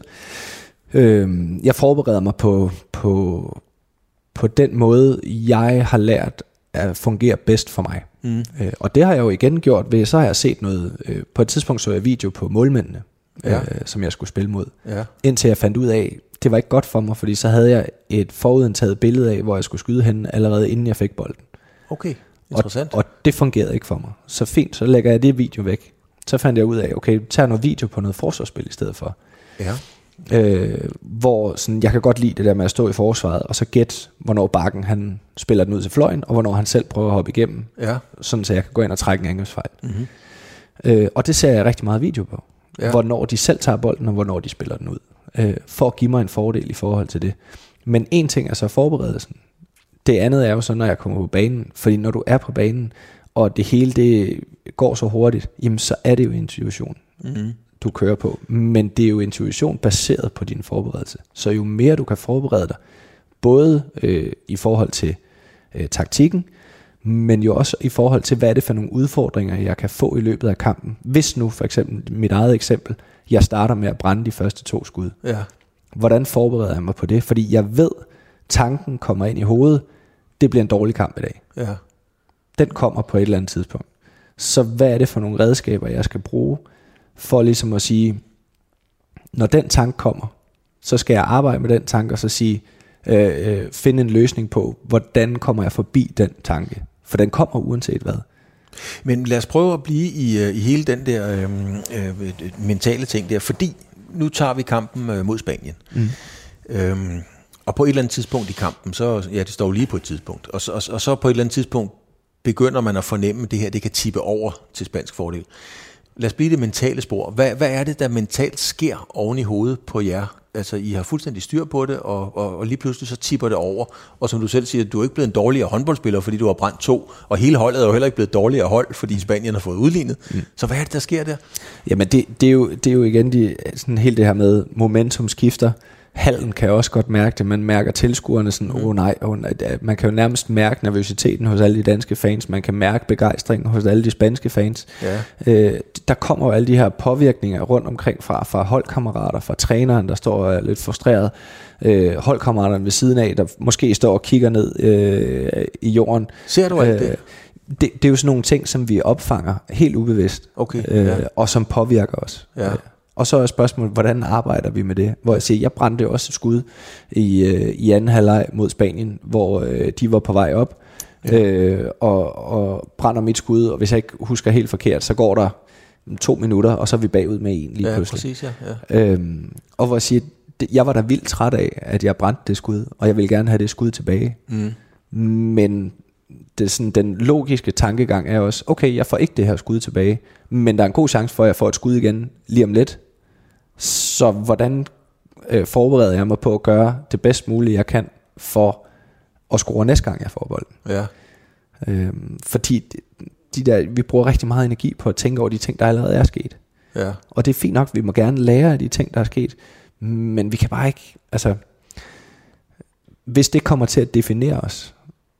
Øh, jeg forbereder mig på, på, på den måde, jeg har lært at fungere bedst for mig. Mm. Øh, og det har jeg jo igen gjort ved, så har jeg set noget, øh, på et tidspunkt så jeg video på målmændene, ja. øh, som jeg skulle spille mod. Ja. Indtil jeg fandt ud af, det var ikke godt for mig, fordi så havde jeg et forudindtaget billede af, hvor jeg skulle skyde henne, allerede inden jeg fik bolden. Okay, interessant. Og, og det fungerede ikke for mig. Så fint, så lægger jeg det video væk. Så fandt jeg ud af, okay, tager noget video på noget forsvarsspil i stedet for. Ja. Øh, hvor sådan, jeg kan godt lide det der med at stå i forsvaret, og så gætte, hvornår Bakken han spiller den ud til fløjen, og hvornår han selv prøver at hoppe igennem, ja. Sådan så jeg kan gå ind og trække en angrebsfejl. Mm-hmm. Øh, og det ser jeg rigtig meget video på. Ja. Hvornår de selv tager bolden, og hvornår de spiller den ud. Øh, for at give mig en fordel i forhold til det. Men en ting er så forberedelsen. Det andet er jo så, når jeg kommer på banen. Fordi når du er på banen, og det hele det går så hurtigt, jamen så er det jo intuition, mm-hmm. du kører på. Men det er jo intuition baseret på din forberedelse. Så jo mere du kan forberede dig, både øh, i forhold til øh, taktikken, men jo også i forhold til, hvad er det for nogle udfordringer, jeg kan få i løbet af kampen. Hvis nu, for eksempel, mit eget eksempel, jeg starter med at brænde de første to skud. Ja. Hvordan forbereder jeg mig på det? Fordi jeg ved, tanken kommer ind i hovedet, det bliver en dårlig kamp i dag. Ja. Den kommer på et eller andet tidspunkt. Så hvad er det for nogle redskaber, jeg skal bruge, for ligesom at sige, når den tanke kommer, så skal jeg arbejde med den tanke, og så sige, øh, øh, finde en løsning på, hvordan kommer jeg forbi den tanke. For den kommer uanset hvad. Men lad os prøve at blive i, i hele den der øh, øh, mentale ting der, fordi nu tager vi kampen øh, mod Spanien. Mm. Øhm, og på et eller andet tidspunkt i kampen, så, ja, det står lige på et tidspunkt, og så, og, og så på et eller andet tidspunkt begynder man at fornemme, at det her det kan tippe over til spansk fordel. Lad os blive det mentale spor. Hvad, hvad er det, der mentalt sker oven i hovedet på jer? Altså, I har fuldstændig styr på det, og, og, og lige pludselig så tipper det over. Og som du selv siger, du er ikke blevet en dårligere håndboldspiller, fordi du har brændt to, og hele holdet er jo heller ikke blevet dårligere hold, fordi Spanien har fået udlignet. Mm. Så hvad er det, der sker der? Jamen, det, det, er, jo, det er jo igen de, sådan helt det her med momentum skifter. Hallen kan også godt mærke det. Man mærker tilskuerne sådan, åh mm. oh, nej, oh, nej. Man kan jo nærmest mærke nervøsiteten hos alle de danske fans. Man kan mærke begejstringen hos alle de spanske fans. Ja. Øh, der kommer jo alle de her påvirkninger rundt omkring fra, fra holdkammerater, fra træneren, der står øh, lidt frustreret. Øh, holdkammeraterne ved siden af, der måske står og kigger ned øh, i jorden. Ser du alt det? Øh, det? Det er jo sådan nogle ting, som vi opfanger helt ubevidst, okay, øh, ja. Og som påvirker os. Ja. Øh. Og så er spørgsmålet, hvordan arbejder vi med det? Hvor jeg siger, jeg brændte også et skud i, øh, i anden halvleg mod Spanien, hvor øh, de var på vej op, ja. øh, og, og brænder mit skud, og hvis jeg ikke husker helt forkert, så går der to minutter, og så er vi bagud med en lige ja, pludselig. Præcis, ja, ja. Øhm, og hvor jeg siger, det, jeg var da vildt træt af, at jeg brændte det skud, og jeg ville gerne have det skud tilbage. Mm. Men det, sådan, den logiske tankegang er også, okay, jeg får ikke det her skud tilbage, men der er en god chance for, at jeg får et skud igen lige om lidt. Så hvordan øh, forbereder jeg mig på at gøre det bedst mulige, jeg kan, for at score næste gang, jeg får bolden? Ja. Øh, fordi de der, vi bruger rigtig meget energi på at tænke over de ting, der allerede er sket. Ja. Og det er fint nok, vi må gerne lære af de ting, der er sket, men vi kan bare ikke, altså, hvis det kommer til at definere os,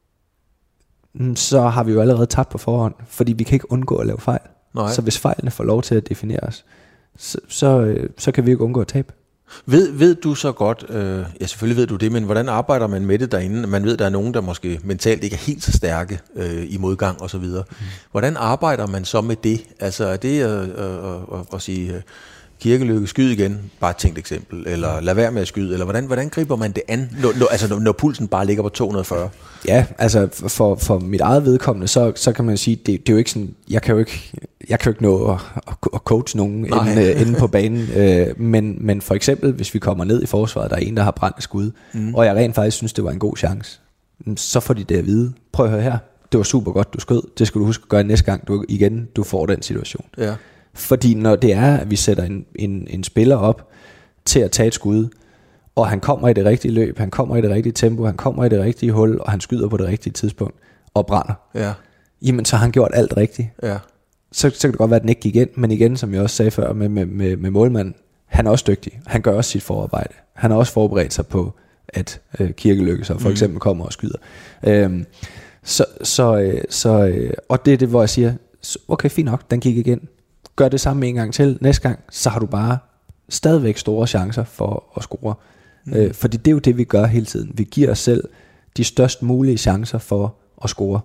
så har vi jo allerede tabt på forhånd, fordi vi kan ikke undgå at lave fejl. Nej. Så hvis fejlene får lov til at definere os, så, så, så kan vi ikke undgå at tabe. Ved, ved du så godt, øh, ja selvfølgelig ved du det, men hvordan arbejder man med det derinde? Man ved, der er nogen, der måske mentalt ikke er helt så stærke øh, i modgang og så videre. Mm. Hvordan arbejder man så med det? Altså er det at, at, at, at sige, Kirkelykke, skyd igen, bare et tænkt eksempel, eller lad være med at skyde, eller hvordan, hvordan griber man det an, når, når, altså når, når pulsen bare ligger på to hundrede og fyrre? Ja, altså for, for mit eget vedkommende, så, så kan man sige, det, det er jo ikke sådan, jeg kan jo ikke, jeg kan jo ikke nå at, at coache nogen inde, inde på banen, øh, men, men for eksempel, hvis vi kommer ned i forsvaret, der er en, der har brændt skud, mm. og jeg rent faktisk synes, det var en god chance, så får de det at vide, prøv at høre her, det var super godt, du skød, det skal du huske at gøre næste gang, du igen du får den situation. Ja. Fordi når det er, at vi sætter en, en, en spiller op til at tage et skud, og han kommer i det rigtige løb, han kommer i det rigtige tempo, han kommer i det rigtige hul, og han skyder på det rigtige tidspunkt, og brænder, ja. Jamen så har han gjort alt rigtigt. Ja. Så, så kan det godt være, at den ikke gik ind, men igen, som jeg også sagde før med, med, med, med målmanden, han er også dygtig, han gør også sit forarbejde, han har også forberedt sig på, at øh, Kirkelykke så for eksempel kommer og skyder. Øhm, så, så, så, og det er det, hvor jeg siger, okay, fint nok, den gik igen. Gør det samme en gang til. Næste gang, så har du bare stadigvæk store chancer for at score. Mm. Øh, fordi det er jo det, vi gør hele tiden. Vi giver os selv de størst mulige chancer for at score.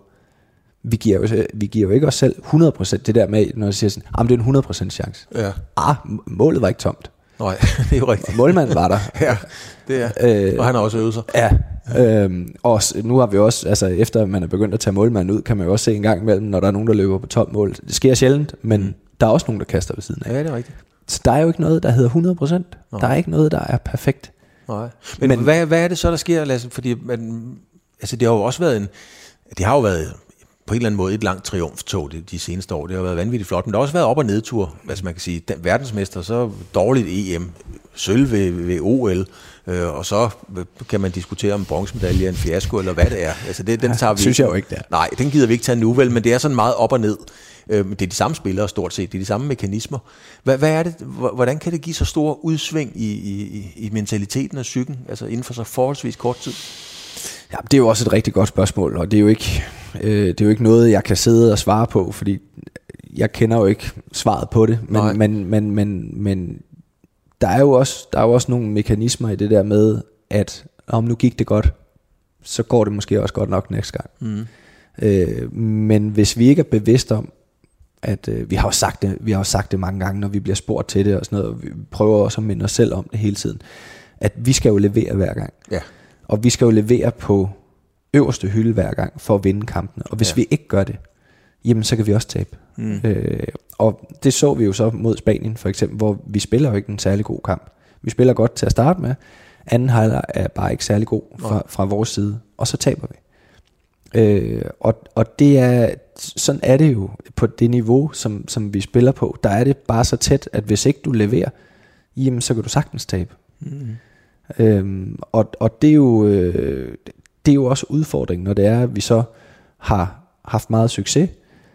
Vi giver jo, vi giver jo ikke os selv hundrede procent det der med, når jeg siger sådan, ah, det er en hundrede procent chance. Ja. Ah, målet var ikke tomt. Nej, det er jo rigtigt. Målmanden var der. Ja, det er. Øh, og han har også øvet sig. Ja. Øhm, og nu har vi også, altså efter man er begyndt at tage målmanden ud, kan man jo også se en gang imellem, når der er nogen, der løber på tom mål. Det sker sjældent, men mm. der er også nogen, der kaster ved siden af. Ja, det er rigtigt. Så der er jo ikke noget, der hedder hundrede procent. Der er ikke noget, der er perfekt. Nej. Men, Men hvad, hvad er det så, der sker, Lasse? Fordi man, altså det har jo også været en, det har jo været på en eller anden måde et langt triumftog de, de seneste år. Det har været vanvittigt flot, men der har også været op- og nedtur. Altså man kan sige, den, verdensmester, så dårligt E M, sølv ved, ved O L, øh, og så kan man diskutere om bronzemedalje er en fiasko, eller hvad det er. Altså det, den tager vi synes jeg jo ikke, der. Nej, den gider vi ikke tage nu, vel, men det er sådan meget op og ned. Øh, det er de samme spillere stort set, det er de samme mekanismer. Hvad, hvad er det, hvordan kan det give så stor udsving i, i, i mentaliteten og psyken, altså inden for så forholdsvis kort tid? Ja, det er jo også et rigtig godt spørgsmål, og det er jo ikke, øh, det er jo ikke noget, jeg kan sidde og svare på, fordi jeg kender jo ikke svaret på det, men, men, men, men, men der er jo også, der er jo også nogle mekanismer i det der med, at om nu gik det godt, så går det måske også godt nok næste gang. Mm. Øh, men hvis vi ikke er bevidste om, at øh, vi har jo sagt det, vi har jo sagt det mange gange, når vi bliver spurgt til det og sådan noget, og vi prøver også at minde os selv om det hele tiden, at vi skal jo levere hver gang. Ja. Og vi skal jo levere på øverste hylde hver gang for at vinde kampene. Og hvis ja. vi ikke gør det, jamen så kan vi også tabe. Mm. Øh, og det så vi jo så mod Spanien for eksempel, hvor vi spiller jo ikke en særlig god kamp. Vi spiller godt til at starte med. Anden halvleg er bare ikke særlig god fra, fra vores side. Og så taber vi. Øh, og, og det er, sådan er det jo på det niveau, som, som vi spiller på. Der er det bare så tæt, at hvis ikke du leverer, jamen så kan du sagtens tabe. Mm. Øhm, og, og det er jo øh, det er jo også udfordringen, når det er at vi så har haft meget succes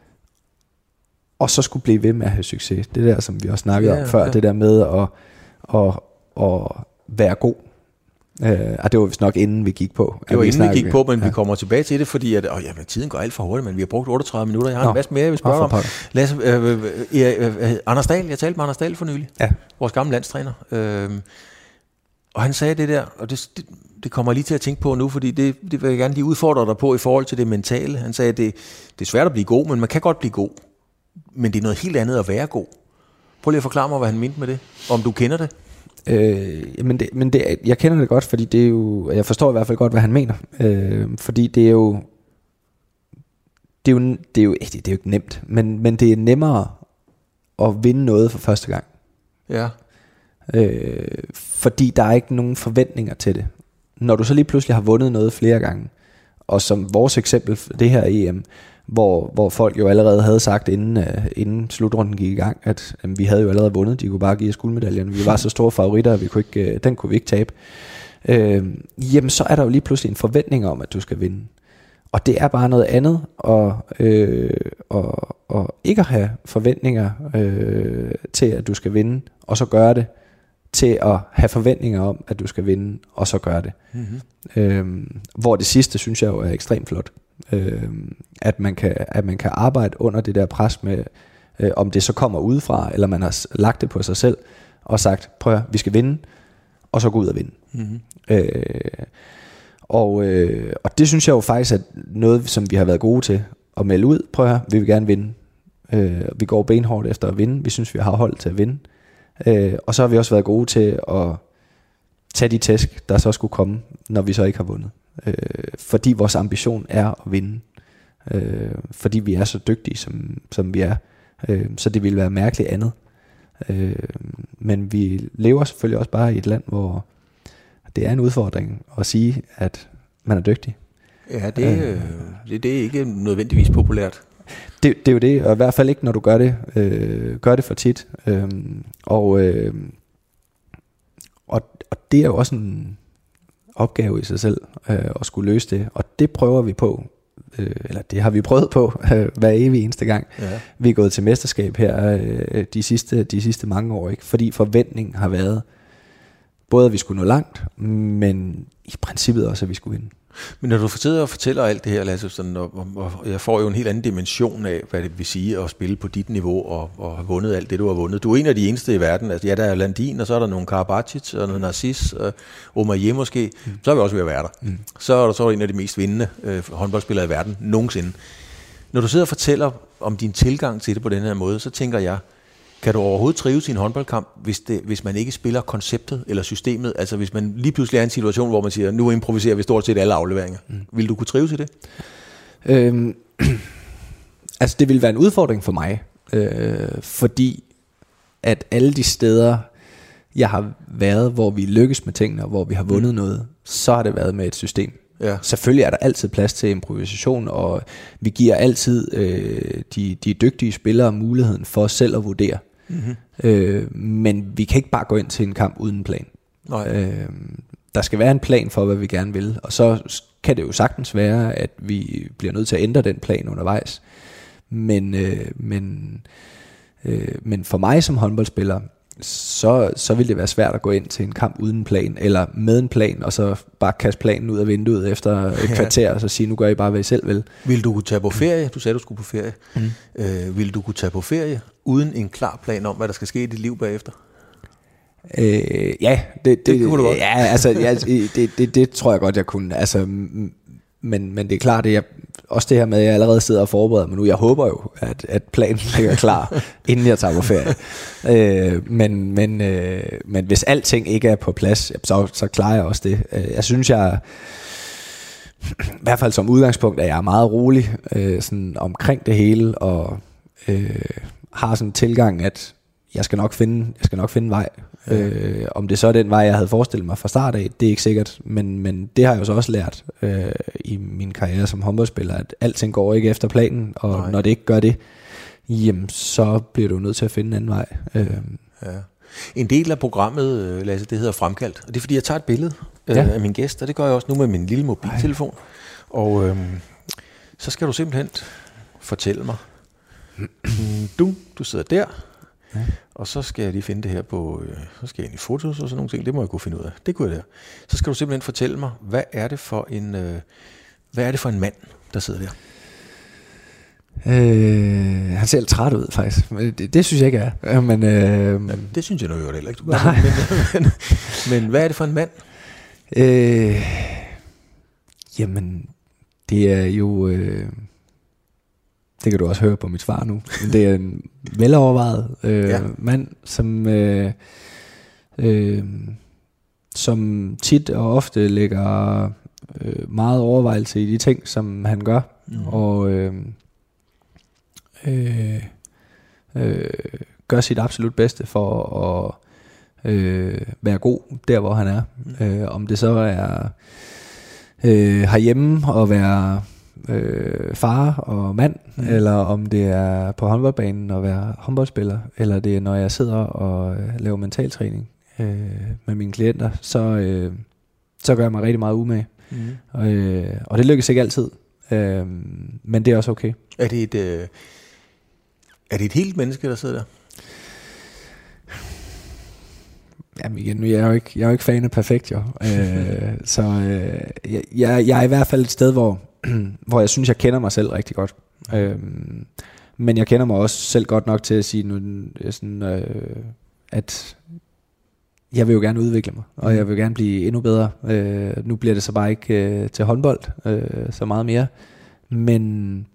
og så skulle blive ved med at have succes. Det der som vi også snakkede ja, om før, ja. Det der med at, at, at være god. Øh, og det var vist nok inden vi gik på. Det var vi inden vi gik på, men ja. Vi kommer tilbage til det, fordi at, åh, jamen, tiden går alt for hurtigt, men vi har brugt otteogtredive minutter. Jeg har Nå, en masse mere, jeg vil spørge om. Lad os, øh, øh, øh, øh, Anders Dahl, jeg talte med Anders Dahl for nylig, ja. Vores gamle landstræner. Øh, Og han sagde det der, og det, det, det kommer jeg lige til at tænke på nu, fordi det, det vil jeg gerne lige udfordre dig på i forhold til det mentale. Han sagde, at det, det er svært at blive god, men man kan godt blive god. Men det er noget helt andet at være god. Prøv lige at forklare mig, hvad han mente med det, om du kender det. Øh, men det, men det, jeg kender det godt, fordi det er jo, jeg forstår i hvert fald godt, hvad han mener. Øh, fordi det er jo, det er jo, det er jo, det er jo ikke nemt, men, men det er nemmere at vinde noget for første gang. Ja. Øh, fordi der er ikke nogen forventninger til det. Når du så lige pludselig har vundet noget flere gange, og som vores eksempel, det her E M, hvor, hvor folk jo allerede havde sagt inden, uh, inden slutrunden gik i gang, at um, vi havde jo allerede vundet, de kunne bare give os guldmedaljerne, vi var så store favoritter, at vi kunne ikke, uh, den kunne vi ikke tabe. Øh, jamen så er der jo lige pludselig en forventning om, at du skal vinde. og det er bare noget andet at, øh, og, og ikke at have forventninger øh, til, at du skal vinde, og så gøre det, til at have forventninger om, at du skal vinde, og så gøre det. Mm-hmm. Øhm, hvor det sidste, synes jeg jo er ekstremt flot. Øhm, at, man kan, at man kan arbejde under det der pres med, øh, om det så kommer udefra, eller man har lagt det på sig selv, og sagt, prøv at, vi skal vinde, og så gå ud og vinde. Mm-hmm. Øh, og, øh, og det synes jeg jo faktisk er noget, som vi har været gode til at melde ud. Prøv at, vi vil gerne vinde. Øh, vi går benhårdt efter at vinde. Vi synes, vi har hold til at vinde. Øh, og så har vi også været gode til at tage de tæsk, der så skulle komme, når vi så ikke har vundet. Øh, fordi vores ambition er at vinde. Øh, fordi vi er så dygtige, som, som vi er. Øh, så det ville være mærkeligt andet. Øh, men vi lever selvfølgelig også bare i et land, hvor det er en udfordring at sige, at man er dygtig. Ja, det, øh, det, det er ikke nødvendigvis populært. Det, det er jo det, og i hvert fald ikke, når du gør det, øh, gør det for tit. Øh, og, øh, og, og det er jo også en opgave i sig selv, øh, at skulle løse det. Og det prøver vi på, øh, eller det har vi prøvet på øh, hver evig eneste gang. Ja. Vi er gået til mesterskab her øh, de, sidste, de sidste mange år, ikke? Fordi forventningen har været, både at vi skulle nå langt, men i princippet også, at vi skulle vinde. Men når du sidder og fortæller alt det her, Lasse, sådan, og, og jeg får jo en helt anden dimension af, hvad det vil sige at spille på dit niveau og, og have vundet alt det, du har vundet. Du er en af de eneste i verden. Altså, ja, der er Landin, og så er der nogle Karabatic og noget Narcis, og Omaye måske. Mm. Så er vi også ved at være der. Mm. Så er der så en af de mest vindende øh, håndboldspillere i verden nogensinde. Når du sidder og fortæller om din tilgang til det på den her måde, så tænker jeg, kan du overhovedet trives i en håndboldkamp, hvis, det, hvis man ikke spiller konceptet eller systemet? Altså hvis man lige pludselig er i en situation, hvor man siger, nu improviserer vi stort set alle afleveringer. Mm. Vil du kunne trives i det? Øhm, altså det vil være en udfordring for mig, øh, fordi at alle de steder, jeg har været, hvor vi lykkes med tingene, og hvor vi har vundet mm. noget, så har det været med et system. Ja. Selvfølgelig er der altid plads til improvisation, og vi giver altid øh, de, de dygtige spillere muligheden for selv at vurdere. Mm-hmm. Øh, men vi kan ikke bare gå ind til en kamp uden en plan. Øh, der skal være en plan for, hvad vi gerne vil, og så kan det jo sagtens være, at vi bliver nødt til at ændre den plan undervejs. Men, øh, men, øh, men for mig som håndboldspiller, så, så vil det være svært at gå ind til en kamp uden en plan, eller med en plan, og så bare kaste planen ud af vinduet efter et kvarter, og så sige, nu gør I bare, hvad I selv vil. Vil du kunne tage på ferie? Du sagde, du skulle på ferie. Mm. Øh, vil du kunne tage på ferie, uden en klar plan om, hvad der skal ske i dit liv bagefter? Øh, ja, det, det, det kunne du godt. Ja, altså, ja, det, det, det tror jeg godt, jeg kunne. Altså, men, men det er klart, det jeg, også det her med, at jeg allerede sidder og forbereder mig nu. Jeg håber jo, at, at planen ligger klar, inden jeg tager på ferie. Øh, men, men, øh, men hvis alting ikke er på plads, så, så klarer jeg også det. Jeg synes, jeg i hvert fald som udgangspunkt, at jeg er meget rolig øh, sådan omkring det hele, og øh, har sådan en tilgang, at jeg skal nok finde, jeg skal nok finde vej. Ja. Øh, om det så er den vej, jeg havde forestillet mig fra start af, det er ikke sikkert, men, men det har jeg jo så også lært øh, i min karriere som håndboldspiller, at alting går ikke efter planen, og Nej. Når det ikke gør det, jamen, så bliver du nødt til at finde en anden vej. Øh. Ja. En del af programmet, Lasse, det hedder Fremkaldt, og det er fordi, jeg tager et billede øh, ja. af min gæst, og det gør jeg også nu med min lille mobiltelefon. Ej. Og øh, så skal du simpelthen fortælle mig, du, du sidder der, ja. Og så skal jeg lige finde det her på, øh, så skal jeg ind i fotos og sådan nogle ting, det må jeg kunne finde ud af. Det kunne jeg der. Så skal du simpelthen fortælle mig, hvad er det for en, øh, hvad er det for en mand, der sidder der? Øh, han ser lidt træt ud faktisk. Det, det synes jeg ikke er. Men, øh, ja, det synes jeg nu jo heller ikke. Men, men, men hvad er det for en mand? Øh, jamen, det er jo... Øh, det kan du også høre på mit svar nu. Men det er en velovervejet øh, ja. mand, som, øh, øh, som tit og ofte lægger øh, meget overvejelse i de ting, som han gør. Mm. Og øh, øh, øh, gør sit absolut bedste for at øh, være god der, hvor han er. Mm. Øh, om det så er øh, herhjemme og være... Øh, far og mand, mm. eller om det er på håndboldbanen og være håndboldspiller, eller det er når jeg sidder og øh, laver mentaltræning øh, med mine klienter, så, øh, så gør jeg mig rigtig meget umage. Mm. Og, øh, og det lykkes ikke altid, Øh, men det er også okay. Er det et, øh, er det et helt menneske, der sidder der? Jamen igen, jeg er jo ikke, jeg er jo ikke fan af perfekt, jo. øh, så øh, jeg, jeg er i hvert fald et sted, hvor, hvor jeg synes, jeg kender mig selv rigtig godt. Øh, men jeg kender mig også selv godt nok til at sige, nu, sådan, øh, at jeg vil jo gerne udvikle mig, og jeg vil gerne blive endnu bedre. Øh, nu bliver det så bare ikke øh, til håndbold øh, så meget mere, men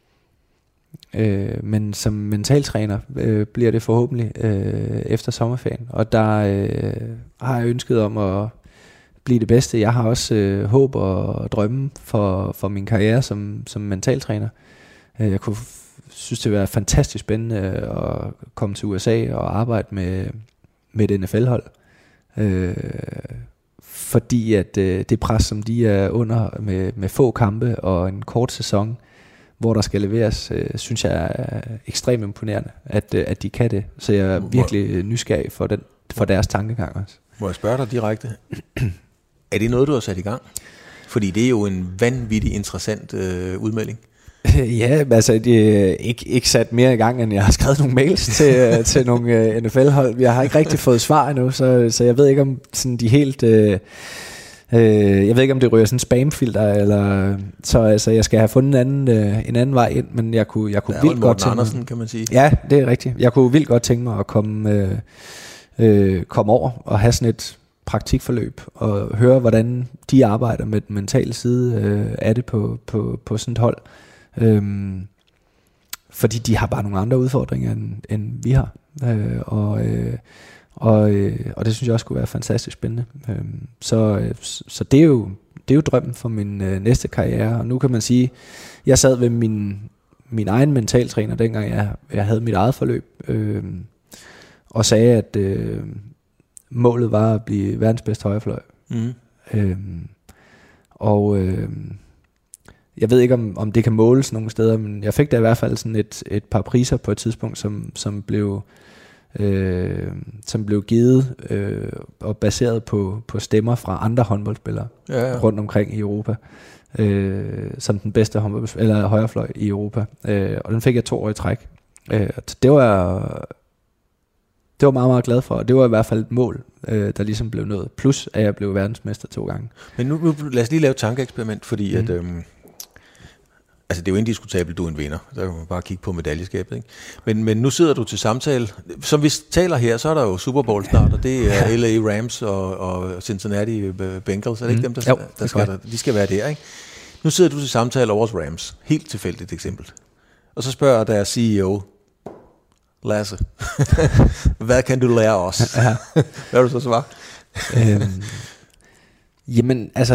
øh, men som mentaltræner øh, bliver det forhåbentlig øh, efter sommerferien, og der øh, har jeg ønsket om at blive det bedste. Jeg har også øh, håb og drømme for, for min karriere som, som mentaltræner. Jeg kunne synes det var fantastisk spændende at komme til U S A og arbejde med, med et N F L-hold. Øh, fordi at øh, det pres, som de er under med, med få kampe og en kort sæson, hvor der skal leveres, øh, synes jeg er ekstremt imponerende, at, øh, at de kan det. Så jeg er virkelig nysgerrig for, den, for deres tankegang også. Må jeg spørge dig direkte? Er det noget, du har sat i gang? Fordi det er jo en vanvittig interessant øh, udmelding. Ja, altså det er ikke, ikke sat mere i gang, end jeg har skrevet nogle mails til, til nogle uh, N F L-hold. Jeg har ikke rigtig fået svar endnu, så, så jeg ved ikke om sådan de helt... Øh, øh, jeg ved ikke om det ryger sådan spamfilter, eller så altså jeg skal have fundet en anden, øh, en anden vej ind, men jeg kunne, jeg kunne ja, vildt godt tænke Andersen, kan man sige. Ja, det er rigtigt. Jeg kunne vildt godt tænke mig at komme, øh, øh, komme over og have sådan et praktikforløb og høre, hvordan de arbejder med den mentale side øh, af det på, på, på sådan et hold. Øhm, fordi de har bare nogle andre udfordringer end, end vi har, øh, og, øh, og, øh, og det synes jeg også kunne være fantastisk spændende. øhm, så, øh, så det er jo det er jo drømmen for min øh, næste karriere. Og nu kan man sige, jeg sad ved min min egen mentaltræner dengang jeg, jeg havde mit eget forløb, øh, og sagde at øh, målet var at blive verdens bedste højrefløj. mm. øh, og øh, Jeg ved ikke, om, om det kan måles nogle steder, men jeg fik da i hvert fald sådan et, et par priser på et tidspunkt, som, som, blev, øh, som blev givet øh, og baseret på, på stemmer fra andre håndboldspillere ja, ja. rundt omkring i Europa, øh, som den bedste håndbold, eller højrefløj i Europa. Øh, og den fik jeg to år i træk. Øh, det var det var meget, meget glad for, og det var i hvert fald et mål, øh, der ligesom blev nået. Plus, at jeg blev verdensmester to gange. Men nu, nu lad os lige lave et tankeeksperiment, fordi mm. at... Øhm Altså det er jo indiskutabelt, du er en vinder. Der kan man bare kigge på medaljeskabet, ikke? Men, men nu sidder du til samtale. Som vi taler her, så er der jo Super Bowl snart, og det er L A Rams og, og Cincinnati Bengals. Er det ikke dem, der, jo, der skal der, de skal være der, ikke? Nu sidder du til samtale over hos Rams. Helt tilfældigt eksempel. Og så spørger der C E O, Lasse, hvad kan du lære os? Ja. Hvad vil du så svare? øhm, jamen, altså...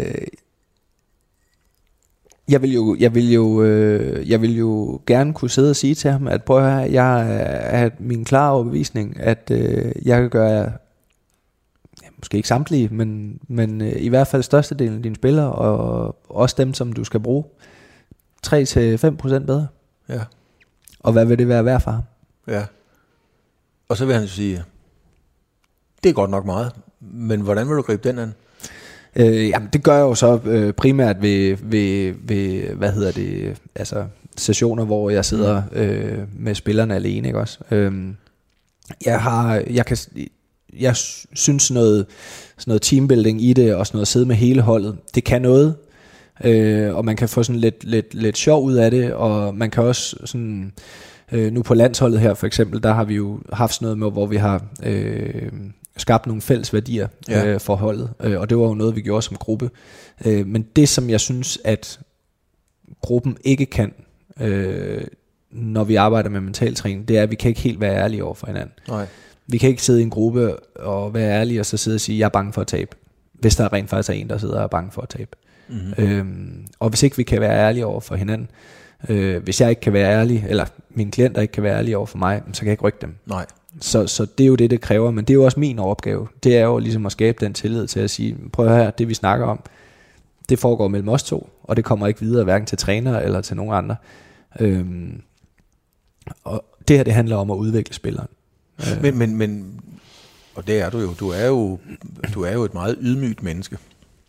Jeg vil jo, jeg vil jo, øh, jeg vil jo gerne kunne sidde og sige til ham, at prøv at høre, jeg er min klare overbevisning, at øh, jeg kan gøre, ja, måske ikke samtlige, men, men øh, i hvert fald størstedelen af dine spillere, og også dem, som du skal bruge, tre til fem procent bedre. Ja. Og hvad vil det være værd for ham? Ja. Og så vil han sige, det er godt nok meget, men hvordan vil du gribe den an? Øh, jamen det gør jeg jo så øh, primært ved, ved, ved, hvad hedder det, altså sessioner, hvor jeg sidder øh, med spillerne alene, ikke også? Øh, jeg har, jeg kan, jeg synes noget, sådan noget teambuilding i det, og sådan noget at sidde med hele holdet, det kan noget, øh, og man kan få sådan lidt, lidt, lidt sjov ud af det, og man kan også sådan, øh, nu på landsholdet her for eksempel, der har vi jo haft sådan noget med, hvor vi har... Øh, skabt nogle fælles værdier ja. øh, for holdet, øh, og det var jo noget, vi gjorde som gruppe. Øh, men det, som jeg synes, at gruppen ikke kan, øh, når vi arbejder med mentaltræning, det er, at vi kan ikke helt være ærlige over for hinanden. Nej. Vi kan ikke sidde i en gruppe og være ærlige, og så sidde og sige, jeg er bange for at tabe, hvis der rent faktisk er en, der sidder og er bange for at tabe. Mm-hmm. Øhm, og hvis ikke vi kan være ærlige over for hinanden, øh, hvis jeg ikke kan være ærlig, eller mine klienter ikke kan være ærlige over for mig, så kan jeg ikke rykke dem. Nej. Så, så det er jo det, det kræver, men det er jo også min opgave. Det er jo ligesom at skabe den tillid til at sige, prøv at høre, det vi snakker om, det foregår mellem os to, og det kommer ikke videre, hverken til trænere eller til nogen andre. Øhm, og det her, det handler om at udvikle spilleren. Men, men, men, og det er du jo, du er jo, du er jo et meget ydmygt menneske.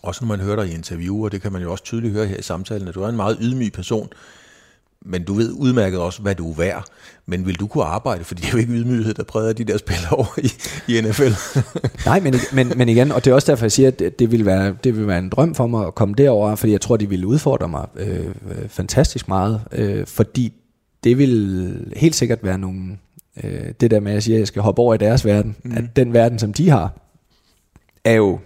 også når man hører dig i interviewer, det kan man jo også tydeligt høre her i samtalen, at du er en meget ydmyg person, men du ved udmærket også, hvad du er værd. Men vil du kunne arbejde, for det er jo ikke ydmyghed, der præger de der spillere over i, i N F L. Nej, men, men, men igen, og det er også derfor, jeg siger, at det vil være, det vil være en drøm for mig at komme derover, fordi jeg tror, de ville udfordre mig øh, fantastisk meget, øh, fordi det vil helt sikkert være nogle, øh, det der med, at jeg siger, at jeg skal hoppe over i deres verden, mm. at den verden, som de har, er jo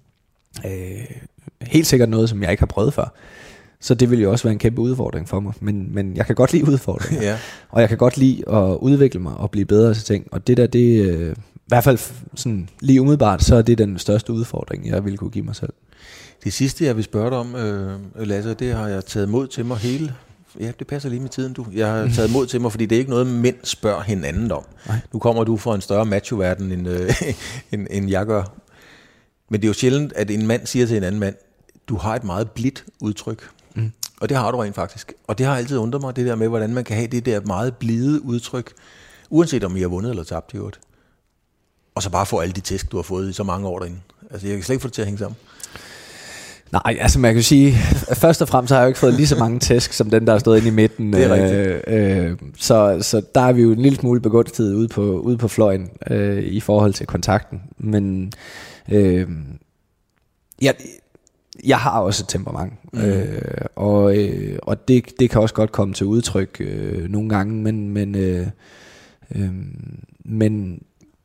øh, helt sikkert noget, som jeg ikke har prøvet før. Så det vil jo også være en kæmpe udfordring for mig. Men, men jeg kan godt lide udfordringer. Ja. Og jeg kan godt lide at udvikle mig og blive bedre til ting. Og det der, det øh, i hvert fald sådan, lige umiddelbart, så er det den største udfordring, jeg vil kunne give mig selv. Det sidste, jeg vil spørge dig om, øh, Lasse, det har jeg taget mod til mig hele... Ja, det passer lige med tiden, du. Jeg har taget mod til mig, fordi det er ikke noget, mænd spørger hinanden om. Nej. Nu kommer du fra en større macho-verden, end, øh, end, end jeg gør. Men det er jo sjældent, at en mand siger til en anden mand, du har et meget blidt udtryk. Mm. Og det har du rent faktisk. Og det har altid undret mig, det der med, hvordan man kan have det der meget blide udtryk, uanset om I har vundet eller tabt i øvrigt. Og så bare få alle de tæsk, du har fået i så mange år derinde. Altså, jeg kan slet ikke få det til at hænge sammen. Nej, altså man kan sige, først og fremmest har jeg jo ikke fået lige så mange tæsk, som den, der har stået inde i midten. Det er rigtigt. Øh, øh, så, så der er vi jo en lille smule begunstiget ude på, ude på fløjen øh, i forhold til kontakten. Men øh, jeg, jeg har også et temperament, mm. øh, og, øh, og det, det kan også godt komme til udtryk øh, nogle gange, men, men, øh, øh, men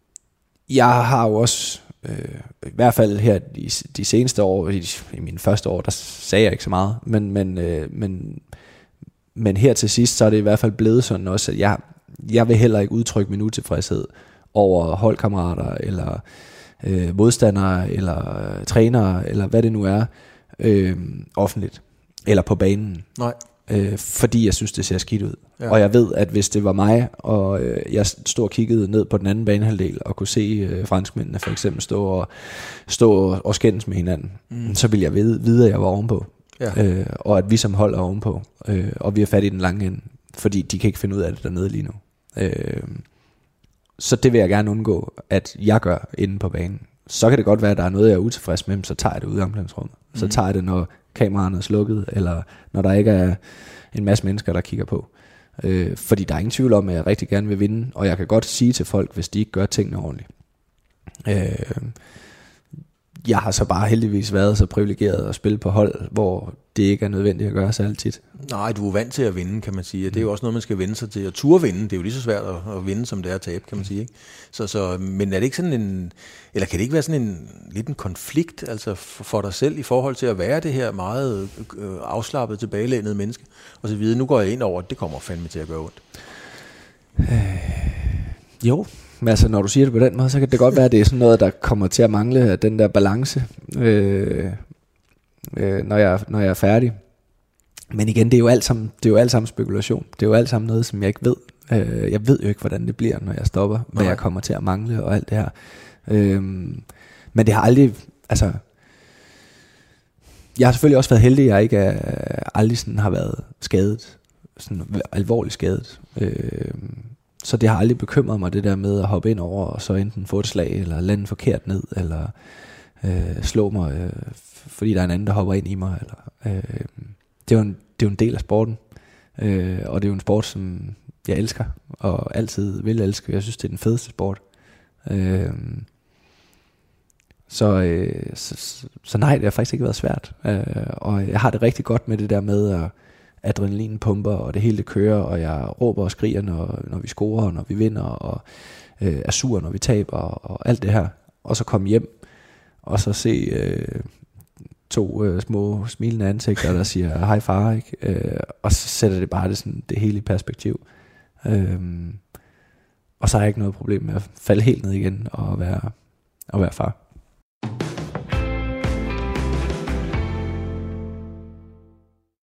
jeg har jo også... Øh, i hvert fald her de, de seneste år, i, i mine første år, der sagde jeg ikke så meget, men, men, øh, men, men her til sidst, så er det i hvert fald blevet sådan også, at jeg, jeg vil heller ikke udtrykke min utilfredshed over holdkammerater, eller øh, modstandere, eller øh, trænere, eller hvad det nu er, øh, offentligt, eller på banen. Nej. Øh, fordi jeg synes, det ser skidt ud. Ja. Og jeg ved, at hvis det var mig, og øh, jeg stod og kiggede ned på den anden banehalvdel, og kunne se øh, franskmændene for eksempel stå og, stå og, og skændes med hinanden, mm. så ville jeg vide, vide, at jeg var ovenpå. Ja. Øh, og at vi som hold er ovenpå. Øh, og vi er fat i den lange ende, fordi de kan ikke finde ud af det dernede lige nu. Øh, så det vil jeg gerne undgå, at jeg gør inde på banen. Så kan det godt være, at der er noget, jeg er utilfreds med, så tager jeg det ud i omklædningsrummet. Mm. Så tager jeg det, når kameraerne er slukket, eller når der ikke er en masse mennesker, der kigger på. Øh, fordi der er ingen tvivl om, at jeg rigtig gerne vil vinde, og jeg kan godt sige til folk, hvis de ikke gør tingene ordentligt. Øh, jeg har så bare heldigvis været så privilegeret at spille på hold, hvor det ikke er nødvendigt at gøre så altid. Nej, du er vant til at vinde, kan man sige. Det er jo også noget, man skal vende sig til. At turde vinde, det er jo lige så svært at, at vinde, som det er at tabe, kan man sige. Ikke? Så, så, men er det ikke sådan en, eller kan det ikke være sådan en lidt en konflikt, altså for, for dig selv i forhold til at være det her meget øh, afslappet, tilbagelænede menneske, og så videre. Nu går jeg ind over, at det kommer fandme til at gøre ondt. Øh, jo. Men altså, når du siger det på den måde, så kan det godt være, at det er sådan noget, der kommer til at mangle den der balance, øh, øh, når, jeg, når jeg er færdig. Men igen, det er jo alt sammen, det er jo alt sammen spekulation. Det er jo alt sammen noget, som jeg ikke ved. Øh, jeg ved jo ikke, hvordan det bliver, når jeg stopper, hvad Nej. jeg kommer til at mangle og alt det her. Øh, men det har aldrig, altså... Jeg har selvfølgelig også været heldig, at jeg ikke er, aldrig sådan har været skadet, sådan alvorligt skadet. Øh, Så det har aldrig bekymret mig, det der med at hoppe ind over, og så enten få et slag, eller lande forkert ned, eller øh, slå mig, øh, fordi der er en anden, der hopper ind i mig. Eller, øh, det, er jo en, det er jo en del af sporten, øh, og det er jo en sport, som jeg elsker, og altid vil elske. Jeg synes, det er den fedeste sport. Øh, så, øh, så, så nej, det har faktisk ikke været svært. Øh, og jeg har det rigtig godt med det der med at adrenalin pumper, og det hele det kører, og jeg råber og skriger, når, når vi scorer, og når vi vinder, og øh, er sur, når vi taber, og, og alt det her. Og så komme hjem, og så se øh, to øh, små smilende ansigter, der siger, hej far, ikke? Øh, og så sætter det bare det, sådan, det hele i perspektiv. Øh, og så har jeg ikke noget problem med at falde helt ned igen, og være, og være far.